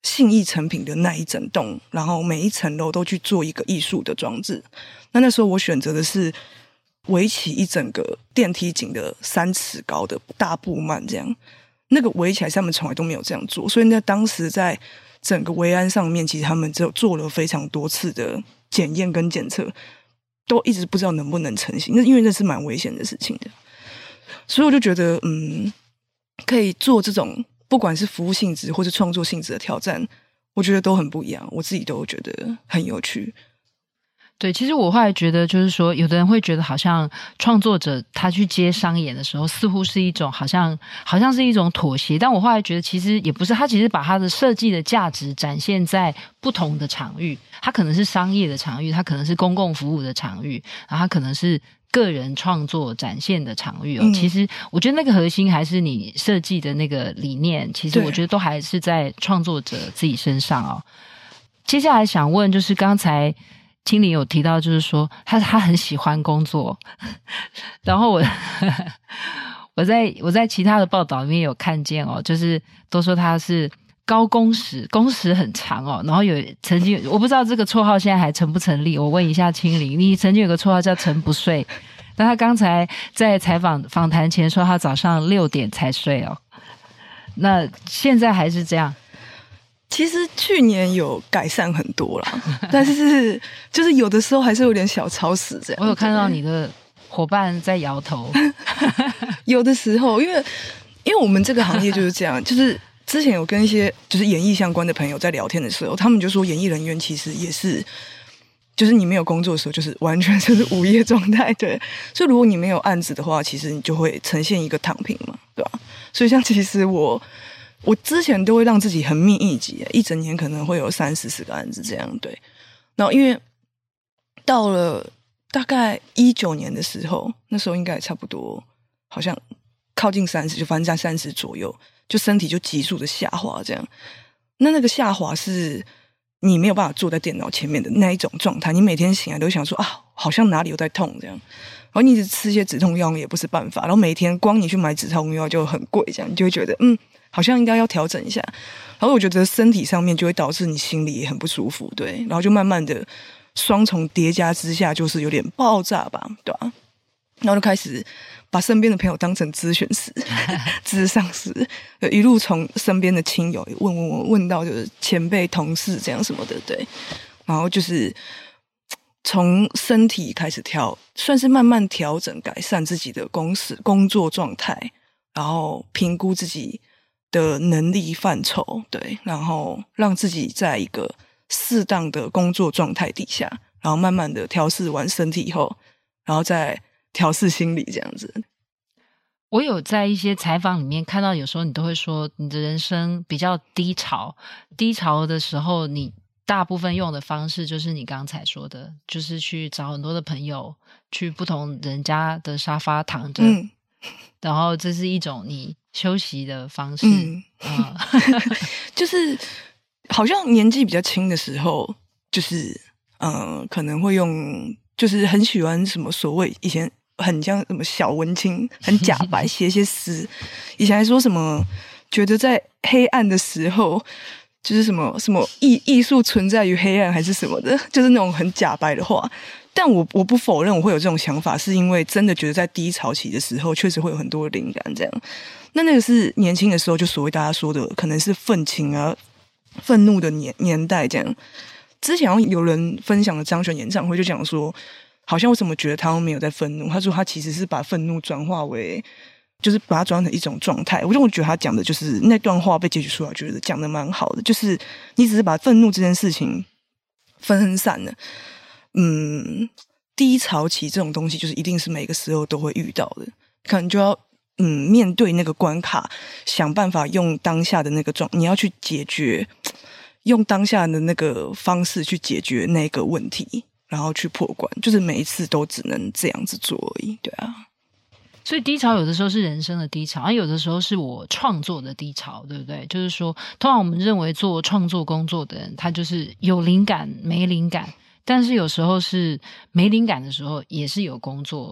Speaker 2: 信义成品的那一整栋，然后每一层楼都去做一个艺术的装置。那那时候我选择的是围起一整个电梯井的三尺高的大布幔，这样那个围起来他们从来都没有这样做，所以那当时在整个维安上面，其实他们只有做了非常多次的检验跟检测，都一直不知道能不能成型，那因为那是蛮危险的事情的。所以我就觉得嗯，可以做这种不管是服务性质或是创作性质的挑战，我觉得都很不一样，我自己都觉得很有趣。
Speaker 1: 对，其实我后来觉得就是说，有的人会觉得好像创作者他去接商演的时候似乎是一种好像好像是一种妥协，但我后来觉得其实也不是，他其实把他的设计的价值展现在不同的场域，他可能是商业的场域，他可能是公共服务的场域，然后他可能是个人创作展现的场域哦、嗯、其实我觉得那个核心还是你设计的那个理念，其实我觉得都还是在創作者自己身上哦。接下来想问就是刚才青林有提到就是说他他很喜欢工作然后我我在我在其他的报道里面有看见哦，就是都说他是高工时，工时很长哦，然后有曾经我不知道这个绰号现在还成不成立，我问一下青林，你曾经有个绰号叫陈不睡，但他刚才在采访访谈前说他早上六点才睡哦，那现在还是这样？
Speaker 2: 其实去年有改善很多啦但是就是有的时候还是有点小超时这样。
Speaker 1: 我有看到你的伙伴在摇头
Speaker 2: 有的时候因为因为我们这个行业就是这样，就是之前有跟一些就是演艺相关的朋友在聊天的时候，他们就说演艺人员其实也是就是你没有工作的时候就是完全就是午夜状态，对，所以如果你没有案子的话，其实你就会呈现一个躺平嘛，对吧？所以像其实我我之前都会让自己很密一集，一整年可能会有三四十个案子这样，对。然后因为到了大概一九年的时候，那时候应该也差不多，好像靠近三十，就反正在三十左右，就身体就急速的下滑这样。那那个下滑是你没有办法坐在电脑前面的那一种状态，你每天醒来都想说啊，好像哪里有在痛这样。然后你一直吃一些止痛药也不是办法，然后每天光你去买止痛药就很贵这样，你就会觉得嗯。好像应该要调整一下，然后我觉得身体上面就会导致你心里也很不舒服，对，然后就慢慢的双重叠加之下，就是有点爆炸吧，对吧、啊？然后就开始把身边的朋友当成咨询师、咨商师，一路从身边的亲友问问问问到就是前辈同事这样什么的，对，然后就是从身体开始调，算是慢慢调整改善自己的公司工作状态，然后评估自己的能力范畴，对，然后让自己在一个适当的工作状态底下，然后慢慢的调试完身体以后，然后再调试心理这样子。
Speaker 1: 我有在一些采访里面看到，有时候你都会说你的人生比较低潮，低潮的时候你大部分用的方式就是你刚才说的，就是去找很多的朋友，去不同人家的沙发躺着、嗯、然后这是一种你休息的方式。嗯，嗯
Speaker 2: 就是好像年纪比较轻的时候，就是嗯，可能会用，就是很喜欢什么所谓以前很像什么小文青，很假白，写一些诗。以前还说什么，觉得在黑暗的时候，就是什么什么艺艺术存在于黑暗还是什么的，就是那种很假白的话。但我我不否认我会有这种想法，是因为真的觉得在低潮期的时候，确实会有很多灵感这样。那那个是年轻的时候，就所谓大家说的，可能是愤青啊、愤怒的年年代这样。之前好像有人分享了张悬演唱会，就讲说，好像我怎么觉得他没有在愤怒？他说他其实是把愤怒转化为，就是把它转成一种状态。我就觉得他讲的就是那段话被截取出来，觉得讲的蛮好的，就是你只是把愤怒这件事情分散了。嗯，低潮期这种东西，就是一定是每个时候都会遇到的，可能就要嗯面对那个关卡，想办法用当下的那个状，你要去解决，用当下的那个方式去解决那个问题，然后去破关，就是每一次都只能这样子做而已，对啊。
Speaker 1: 所以低潮有的时候是人生的低潮，而有的时候是我创作的低潮，对不对？就是说，通常我们认为做创作工作的人，他就是有灵感没灵感。但是有时候是没灵感的时候，也是有工作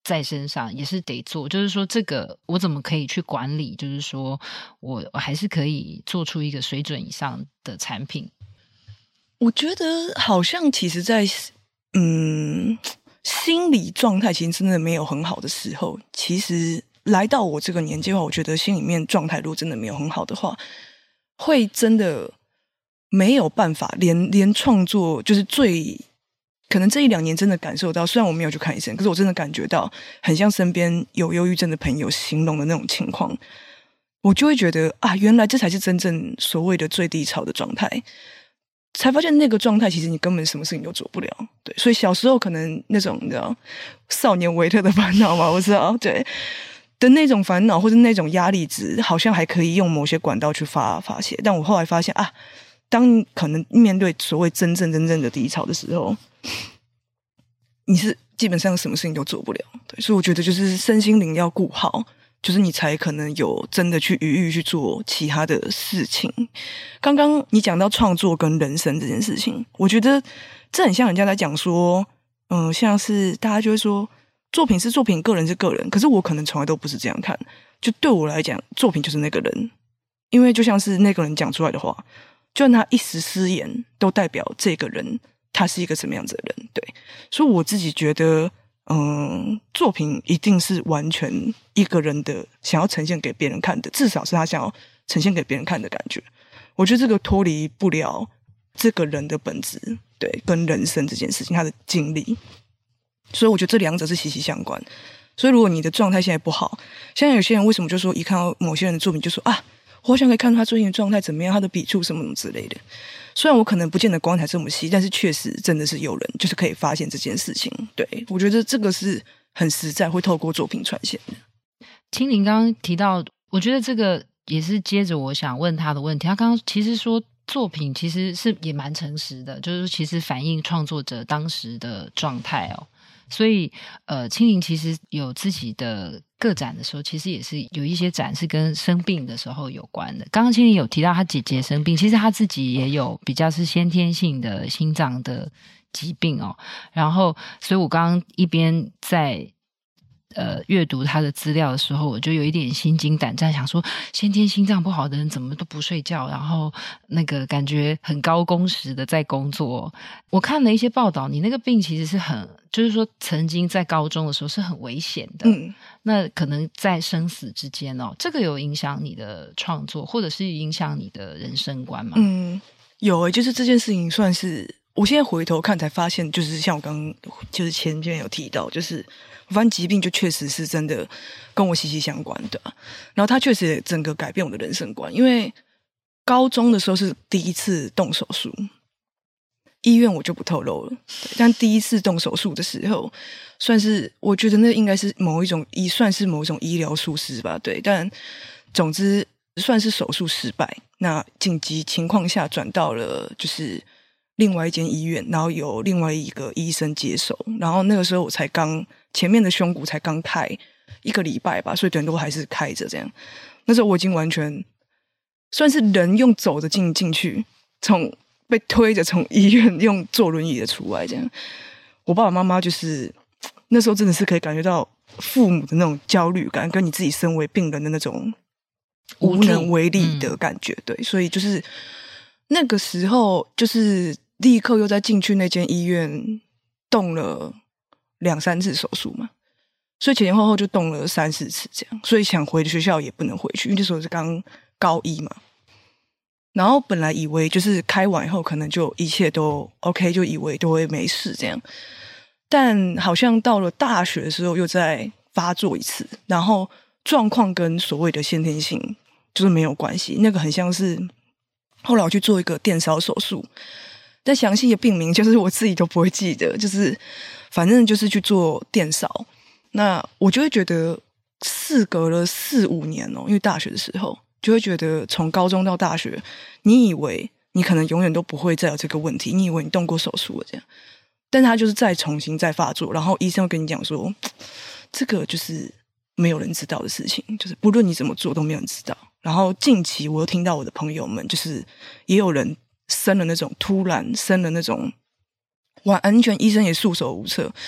Speaker 1: 在身上，也是得做。就是说，这个我怎么可以去管理？就是说我还是可以做出一个水准以上的产品。
Speaker 2: 我觉得好像其实在嗯心理状态其实真的没有很好的时候，其实来到我这个年纪的话，我觉得心里面状态如果真的没有很好的话，会真的没有办法连连创作，就是最可能这一两年真的感受到，虽然我没有去看医生，可是我真的感觉到很像身边有忧郁症的朋友形容的那种情况，我就会觉得啊，原来这才是真正所谓的最低潮的状态，才发现那个状态其实你根本什么事情都做不了。对，所以小时候可能那种你知道少年维特的烦恼嘛，我知道，对的那种烦恼或者那种压力值，好像还可以用某些管道去发发泄，但我后来发现啊，当你可能面对所谓真正真正的低潮的时候，你是基本上什么事情都做不了。对，所以我觉得就是身心灵要顾好，就是你才可能有真的去余裕去做其他的事情。刚刚你讲到创作跟人生这件事情，我觉得这很像人家在讲说，嗯、呃，像是大家就会说作品是作品，个人是个人，可是我可能从来都不是这样看。就对我来讲，作品就是那个人，因为就像是那个人讲出来的话，就算他一时失言，都代表这个人他是一个什么样子的人。对，所以我自己觉得嗯，作品一定是完全一个人的想要呈现给别人看的，至少是他想要呈现给别人看的感觉。我觉得这个脱离不了这个人的本质，对，跟人生这件事情他的经历，所以我觉得这两者是息息相关。所以如果你的状态现在不好，现在有些人为什么就说一看到某些人的作品就说啊，我好像可以看到他最近的状态怎么样，他的笔触什么什么之类的。虽然我可能不见得观察这么细，但是确实真的是有人就是可以发现这件事情。对，我觉得这个是很实在，会透过作品传现的。
Speaker 1: 青林刚刚提到，我觉得这个也是接着我想问他的问题。他刚刚其实说作品其实是也蛮诚实的，就是其实反映创作者当时的状态哦。所以呃，青林其实有自己的个展的时候，其实也是有一些展是跟生病的时候有关的。刚刚青林有提到他姐姐生病，其实他自己也有比较是先天性的心脏的疾病哦。然后所以我刚刚一边在呃阅读他的资料的时候，我就有一点心惊胆战，想说先天心脏不好的人怎么都不睡觉，然后那个感觉很高工时的在工作。我看了一些报道，你那个病其实是很就是说曾经在高中的时候是很危险的，嗯，那可能在生死之间哦，这个有影响你的创作或者是影响你的人生观吗？
Speaker 2: 嗯，有诶、欸，就是这件事情算是我现在回头看才发现，就是像我刚刚就是前面有提到，就是我发现疾病就确实是真的跟我息息相关的，然后它确实也整个改变我的人生观。因为高中的时候是第一次动手术，医院我就不透露了，但第一次动手术的时候，算是我觉得那应该是某一种医，算是某一种医疗疏失吧，对。但总之算是手术失败，那紧急情况下转到了就是另外一间医院，然后有另外一个医生接手，然后那个时候我才刚前面的胸骨才刚开一个礼拜吧，所以等于都还是开着这样。那时候我已经完全算是人用走的进进去，从被推着从医院用坐轮椅的出来这样。我爸爸妈妈就是那时候真的是可以感觉到父母的那种焦虑感，跟你自己身为病人的那种无能为力的感觉，对。所以就是那个时候就是立刻又再进去那间医院动了两三次手术嘛，所以前前后后就动了三四次这样。所以想回学校也不能回去，因为那时候是刚高一嘛。然后本来以为就是开完以后可能就一切都 OK， 就以为都会没事这样，但好像到了大学的时候又再发作一次，然后状况跟所谓的先天性就是没有关系，那个很像是后来我去做一个电烧手术，但详细的病名就是我自己都不会记得，就是反正就是去做电烧。那我就会觉得事隔了四五年哦，因为大学的时候就会觉得从高中到大学，你以为你可能永远都不会再有这个问题，你以为你动过手术了这样，但他就是再重新再发作，然后医生会跟你讲说这个就是没有人知道的事情，就是不论你怎么做都没有人知道。然后近期我又听到我的朋友们就是也有人生了那种突然生了那种完全医生也束手无策，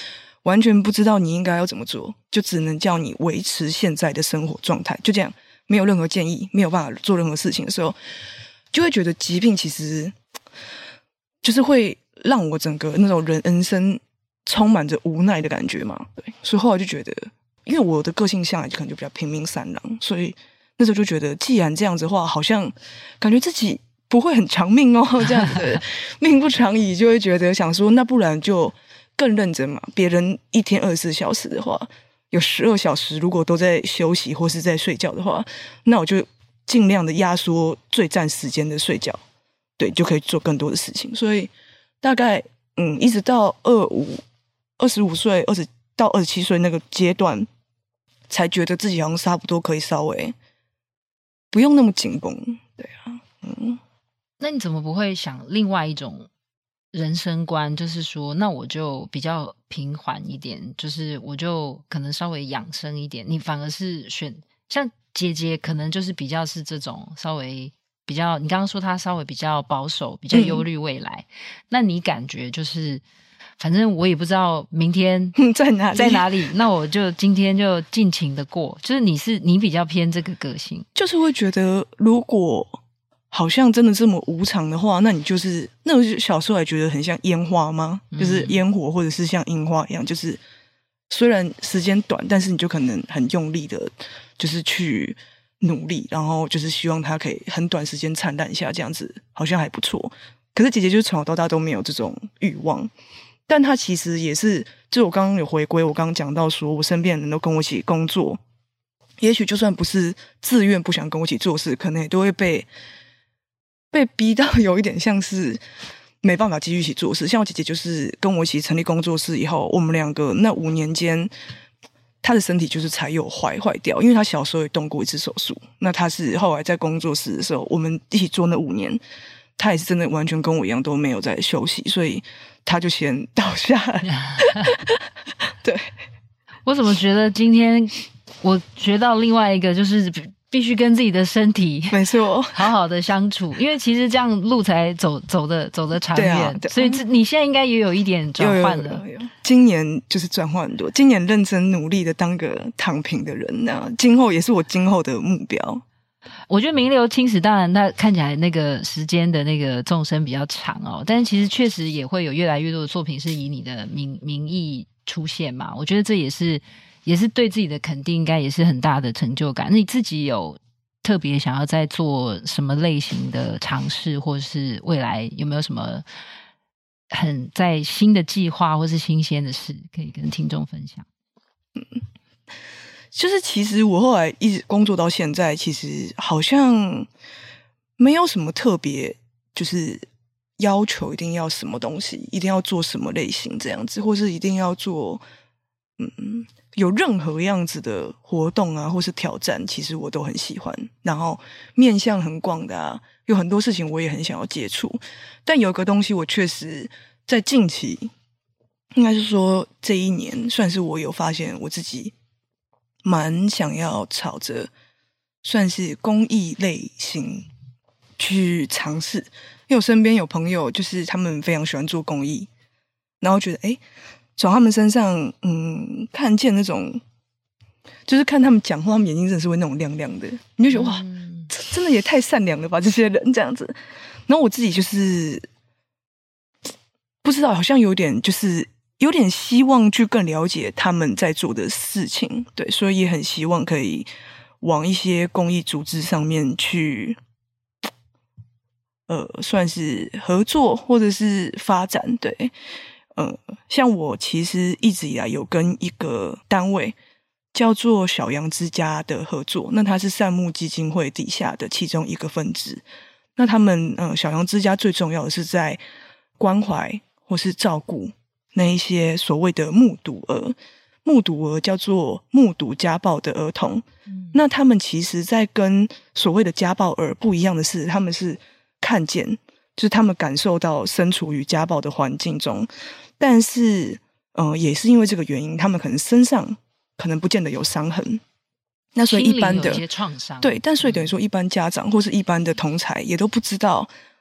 Speaker 2: 完全不知道你应该要怎么做，就只能叫你维持现在的生活状态，就这样，没有任何建议，没有办法做任何事情的时候，就会觉得疾病其实就是会让我整个那种人人生充满着无奈的感觉嘛。对，所以后来就觉得，因为我的个性向来就可能就比较拼命三郎，所以那时候就觉得，既然这样子的话，好像感觉自己不会很长命哦，这样子命不长矣，就会觉得想说，那不然就更认真嘛。别人一天二十四小时的话，有十二小时如果都在休息或是在睡觉的话，那我就尽量的压缩最占时间的睡觉，对，就可以做更多的事情。所以大概嗯，一直到二五二十五岁，二十到二十七岁那个阶段，才觉得自己好像差不多可以稍微不用那么紧绷。对啊，嗯。
Speaker 1: 那你怎么不会想另外一种人生观，就是说那我就比较平缓一点，就是我就可能稍微养生一点，你反而是选像姐姐可能就是比较是这种稍微比较，你刚刚说她稍微比较保守，比较忧虑未来、嗯、那你感觉就是反正我也不知道明天
Speaker 2: 在哪里
Speaker 1: 在哪里，那我就今天就尽情的过，就是你是你比较偏这个个性，
Speaker 2: 就是会觉得如果好像真的这么无常的话，那你就是那我小时候还觉得很像烟花吗、嗯、就是烟火或者是像樱花一样，就是虽然时间短，但是你就可能很用力的就是去努力，然后就是希望它可以很短时间灿烂一下，这样子好像还不错。可是姐姐就是从小到大都没有这种欲望，但她其实也是就我刚刚有回归我刚刚讲到说我身边的人都跟我一起工作，也许就算不是自愿不想跟我一起做事，可能也都会被被逼到有一点像是没办法继续一起做事。像我姐姐就是跟我一起成立工作室以后，我们两个那五年间她的身体就是才有坏坏掉，因为她小时候也动过一次手术，那她是后来在工作室的时候我们一起做那五年，她也是真的完全跟我一样都没有在休息，所以她就先倒下来对，
Speaker 1: 我怎么觉得今天我学到另外一个就是必须跟自己的身体
Speaker 2: 没错
Speaker 1: 好好的相处，因为其实这样路才走走的走得长远、啊啊、所以你现在应该也有一点转换了。
Speaker 2: 有有有有，今年就是转换很多，今年认真努力的当个躺平的人，那今后也是我今后的目标。
Speaker 1: 我觉得名留青史当然它看起来那个时间的那个纵深比较长哦，但是其实确实也会有越来越多的作品是以你的名名义出现嘛，我觉得这也是也是对自己的肯定，应该也是很大的成就感。那你自己有特别想要在做什么类型的尝试，或是未来有没有什么很在新的计划或是新鲜的事可以跟听众分享？
Speaker 2: 嗯，就是其实我后来一直工作到现在，其实好像没有什么特别就是要求一定要什么东西，一定要做什么类型这样子，或是一定要做嗯有任何样子的活动啊或是挑战，其实我都很喜欢，然后面向很广的啊，有很多事情我也很想要接触。但有一个东西我确实在近期应该是说这一年算是我有发现我自己蛮想要朝着算是公益类型去尝试，因为我身边有朋友就是他们非常喜欢做公益，然后觉得诶从他们身上嗯看见那种就是看他们讲话，他们眼睛真的是会那种亮亮的，你就觉得哇真的也太善良了吧这些人这样子。然后我自己就是不知道好像有点就是有点希望去更了解他们在做的事情，对，所以也很希望可以往一些公益组织上面去呃算是合作或者是发展。对，呃，像我其实一直以来有跟一个单位叫做小羊之家的合作，那它是善牧基金会底下的其中一个分支。那他们呃小羊之家最重要的是在关怀或是照顾那一些所谓的目睹儿，目睹儿叫做目睹家暴的儿童、嗯、那他们其实在跟所谓的家暴儿不一样的是，他们是看见就是他们感受到身处于家暴的环境中，但是呃，也是因为这个原因他们可能身上可能不见得有伤痕，那所以一般的
Speaker 1: 有一些创伤，
Speaker 2: 对，但所以等于说一般家长或是一般的同侪也都不知道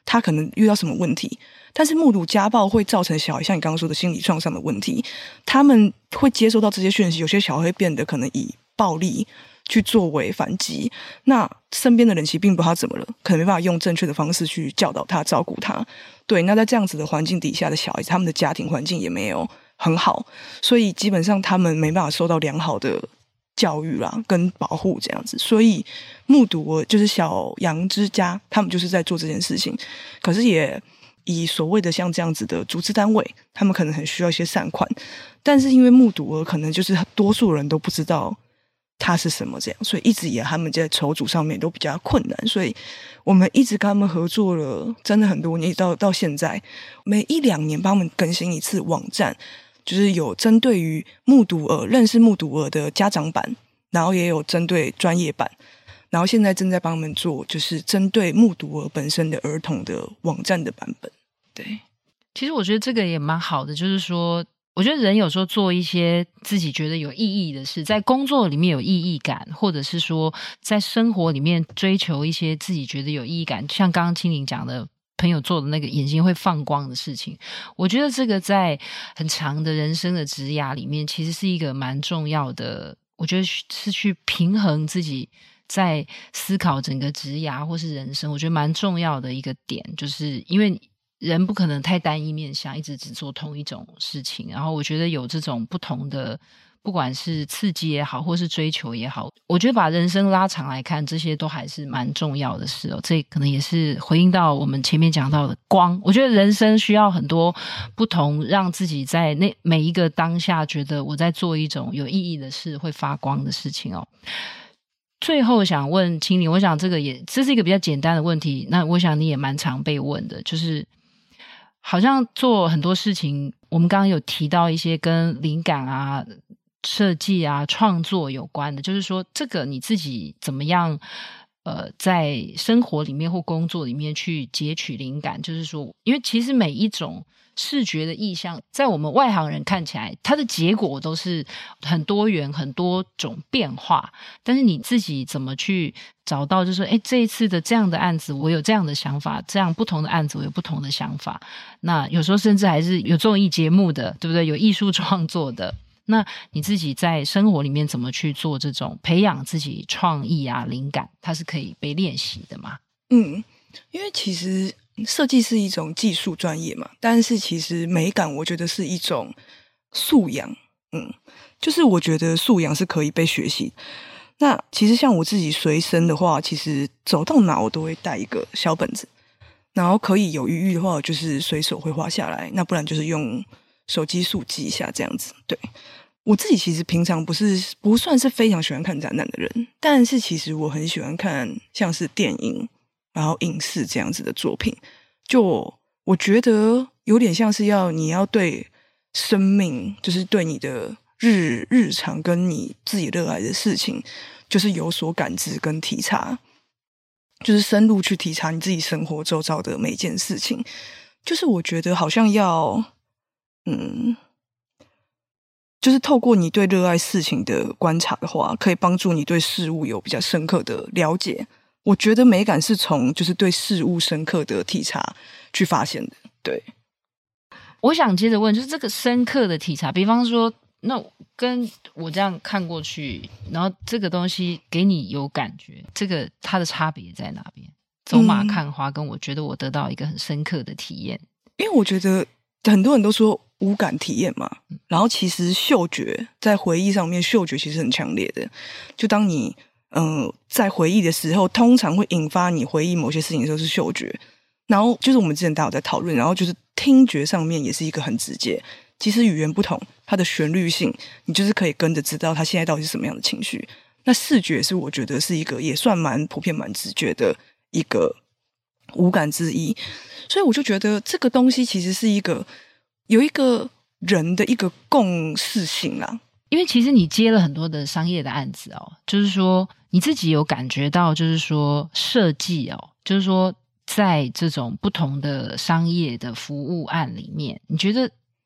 Speaker 2: 他可能遇到什么问题。但是目睹家暴会造成小孩像你刚刚说的心理创伤的问题，他们会接收到这些讯息，有些小孩会变得可能以暴力去作为反击，那身边的人其实并不知道他怎么了，可能没办法用正确的方式去教导他照顾他。对，那在这样子的环境底下的小孩子，他们的家庭环境也没有很好，所以基本上他们没办法受到良好的教育啦跟保护这样子。所以目睹我就是小杨之家他们就是在做这件事情，可是也以所谓的像这样子的组织单位，他们可能很需要一些善款，但是因为目睹额可能就是多数人都不知道它是什么这样，所以一直以来他们在筹组上面都比较困难，所以我们一直跟他们合作了真的很多年，到到现在每一两年帮他们更新一次网站，就是有针对于目睹额认识目睹额的家长版，然后也有针对专业版，然后现在正在帮他们做就是针对目睹额本身的儿童的网站的版本。对，
Speaker 1: 其实我觉得这个也蛮好的，就是说我觉得人有时候做一些自己觉得有意义的事，在工作里面有意义感，或者是说在生活里面追求一些自己觉得有意义感，像刚刚青玲讲的朋友做的那个眼睛会放光的事情，我觉得这个在很长的人生的职涯里面其实是一个蛮重要的，我觉得是去平衡自己在思考整个职涯或是人生，我觉得蛮重要的一个点，就是因为人不可能太单一面向，一直只做同一种事情，然后我觉得有这种不同的不管是刺激也好或是追求也好，我觉得把人生拉长来看，这些都还是蛮重要的事哦。这可能也是回应到我们前面讲到的光，我觉得人生需要很多不同，让自己在那每一个当下觉得我在做一种有意义的事，会发光的事情哦。最后想问青玲，我想这个也这是一个比较简单的问题，那我想你也蛮常被问的，就是好像做很多事情，我们刚刚有提到一些跟灵感啊、设计啊、创作有关的，就是说这个你自己怎么样呃，在生活里面或工作里面去截取灵感，就是说因为其实每一种视觉的意象在我们外行人看起来它的结果都是很多元很多种变化，但是你自己怎么去找到就是说诶这一次的这样的案子我有这样的想法，这样不同的案子我有不同的想法，那有时候甚至还是有综艺节目的对不对，有艺术创作的，那你自己在生活里面怎么去做这种培养自己创意啊灵感，它是可以被练习的吗？
Speaker 2: 嗯，因为其实设计是一种技术专业嘛，但是其实美感我觉得是一种素养，嗯，就是我觉得素养是可以被学习。那其实像我自己随身的话，其实走到哪我都会带一个小本子，然后可以有余裕的话我就是随手会画下来，那不然就是用手机速记一下这样子。对，我自己其实平常不是不算是非常喜欢看展览的人，但是其实我很喜欢看像是电影然后影视这样子的作品，就我觉得有点像是要你要对生命，就是对你的日日常跟你自己热爱的事情就是有所感知跟体察，就是深入去体察你自己生活周遭的每一件事情，就是我觉得好像要嗯就是透过你对热爱事情的观察的话，可以帮助你对事物有比较深刻的了解。我觉得美感是从就是对事物深刻的体察去发现的。对，
Speaker 1: 我想接着问，就是这个深刻的体察，比方说那跟我这样看过去，然后这个东西给你有感觉，这个它的差别在哪边？走马看花跟我觉得我得到一个很深刻的体验。
Speaker 2: 因为我觉得很多人都说无感体验嘛，然后其实嗅觉在回忆上面，嗅觉其实很强烈的，就当你嗯，在回忆的时候通常会引发你回忆某些事情的时候是嗅觉，然后就是我们之前大家有在讨论，然后就是听觉上面也是一个很直接，其实语言不同，它的旋律性你就是可以跟着知道它现在到底是什么样的情绪。那视觉是我觉得是一个也算蛮普遍蛮直觉的一个五感之一，所以我就觉得这个东西其实是一个有一个人的一个共识性啦。
Speaker 1: 因为其实你接了很多的商业的案子哦，就是说你自己有感觉到就是说设计哦，就是说在这种不同的商业的服务案里面，你觉得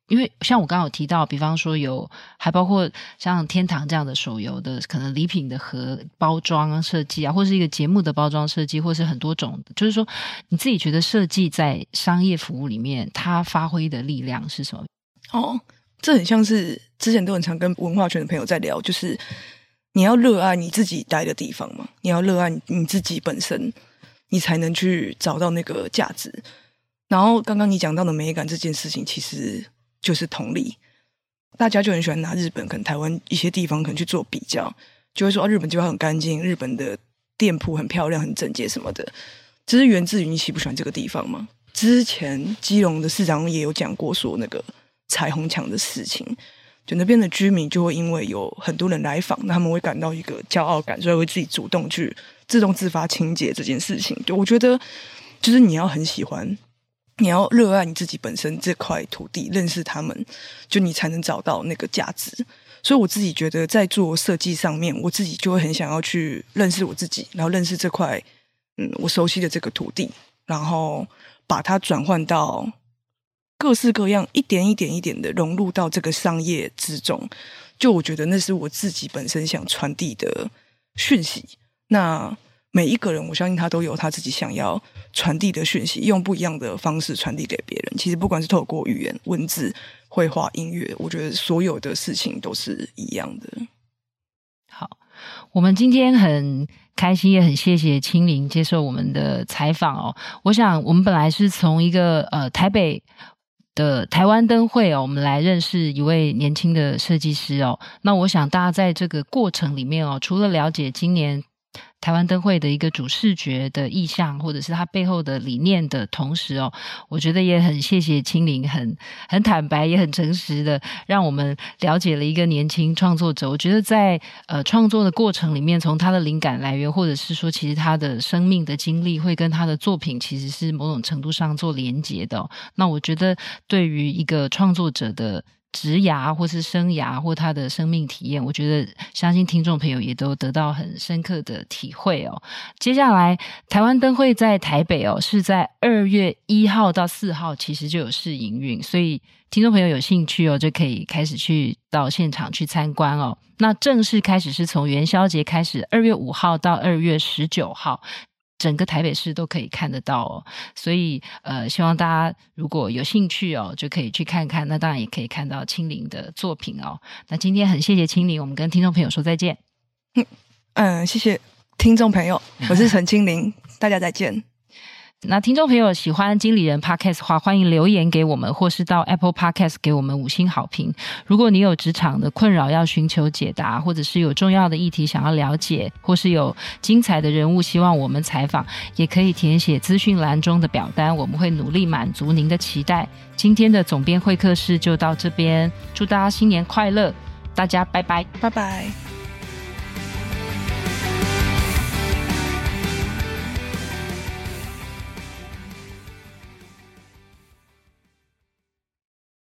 Speaker 1: 因为像我刚刚有提到，比方说有还包括像天堂这样的手游的可能礼品的盒包装设计啊，或是一个节目的包装设计，或是很多种，就是说你自己觉得设计在商业服务里面它发挥的力量是什么？
Speaker 2: 哦，这很像是之前都很常跟文化圈的朋友在聊，就是你要热爱你自己待的地方嘛，你要热爱你自己本身，你才能去找到那个价值。然后刚刚你讲到的美感这件事情，其实就是同理，大家就很喜欢拿日本可能台湾一些地方可能去做比较，就会说、啊、日本就很干净，日本的店铺很漂亮很整洁什么的，这是源自于你喜不喜欢这个地方吗？之前基隆的市长也有讲过说那个彩虹墙的事情，就那边的居民就会因为有很多人来访，那他们会感到一个骄傲感，所以会自己主动去自动自发清洁这件事情。就我觉得就是你要很喜欢，你要热爱你自己本身这块土地，认识他们，就你才能找到那个价值。所以我自己觉得在做设计上面，我自己就会很想要去认识我自己，然后认识这块嗯我熟悉的这个土地，然后把它转换到各式各样，一点一点一点的融入到这个商业之中。就我觉得那是我自己本身想传递的讯息。那每一个人我相信他都有他自己想要传递的讯息，用不一样的方式传递给别人。其实不管是透过语言、文字、绘画、音乐，我觉得所有的事情都是一样的。
Speaker 1: 好，我们今天很开心，也很谢谢青玲接受我们的采访哦。我想我们本来是从一个呃台北的台湾灯会哦，我们来认识一位年轻的设计师哦。那我想大家在这个过程里面哦，除了了解今年台湾灯会的一个主视觉的意向，或者是它背后的理念的同时哦，我觉得也很谢谢青玲很很坦白也很诚实的让我们了解了一个年轻创作者。我觉得在呃创作的过程里面，从他的灵感来源，或者是说其实他的生命的经历会跟他的作品其实是某种程度上做连结的、哦、那我觉得对于一个创作者的职涯或是生涯或他的生命体验，我觉得相信听众朋友也都得到很深刻的体会哦。接下来台湾灯会在台北哦，是在二月一号到四号其实就有试营运，所以听众朋友有兴趣哦，就可以开始去到现场去参观哦。那正式开始是从元宵节开始，二月五号到二月十九号整个台北市都可以看得到哦，所以呃，希望大家如果有兴趣哦，就可以去看看。那当然也可以看到青玲的作品哦。那今天很谢谢青玲，我们跟听众朋友说再见。
Speaker 2: 嗯嗯，谢谢听众朋友，我是陈青玲，大家再见。
Speaker 1: 那听众朋友喜欢经理人 Podcast 的话，欢迎留言给我们，或是到 Apple Podcast 给我们五星好评。如果你有职场的困扰要寻求解答，或者是有重要的议题想要了解，或是有精彩的人物希望我们采访，也可以填写资讯栏中的表单，我们会努力满足您的期待。今天的总编会客室就到这边，祝大家新年快乐，大家拜拜，
Speaker 2: 拜拜。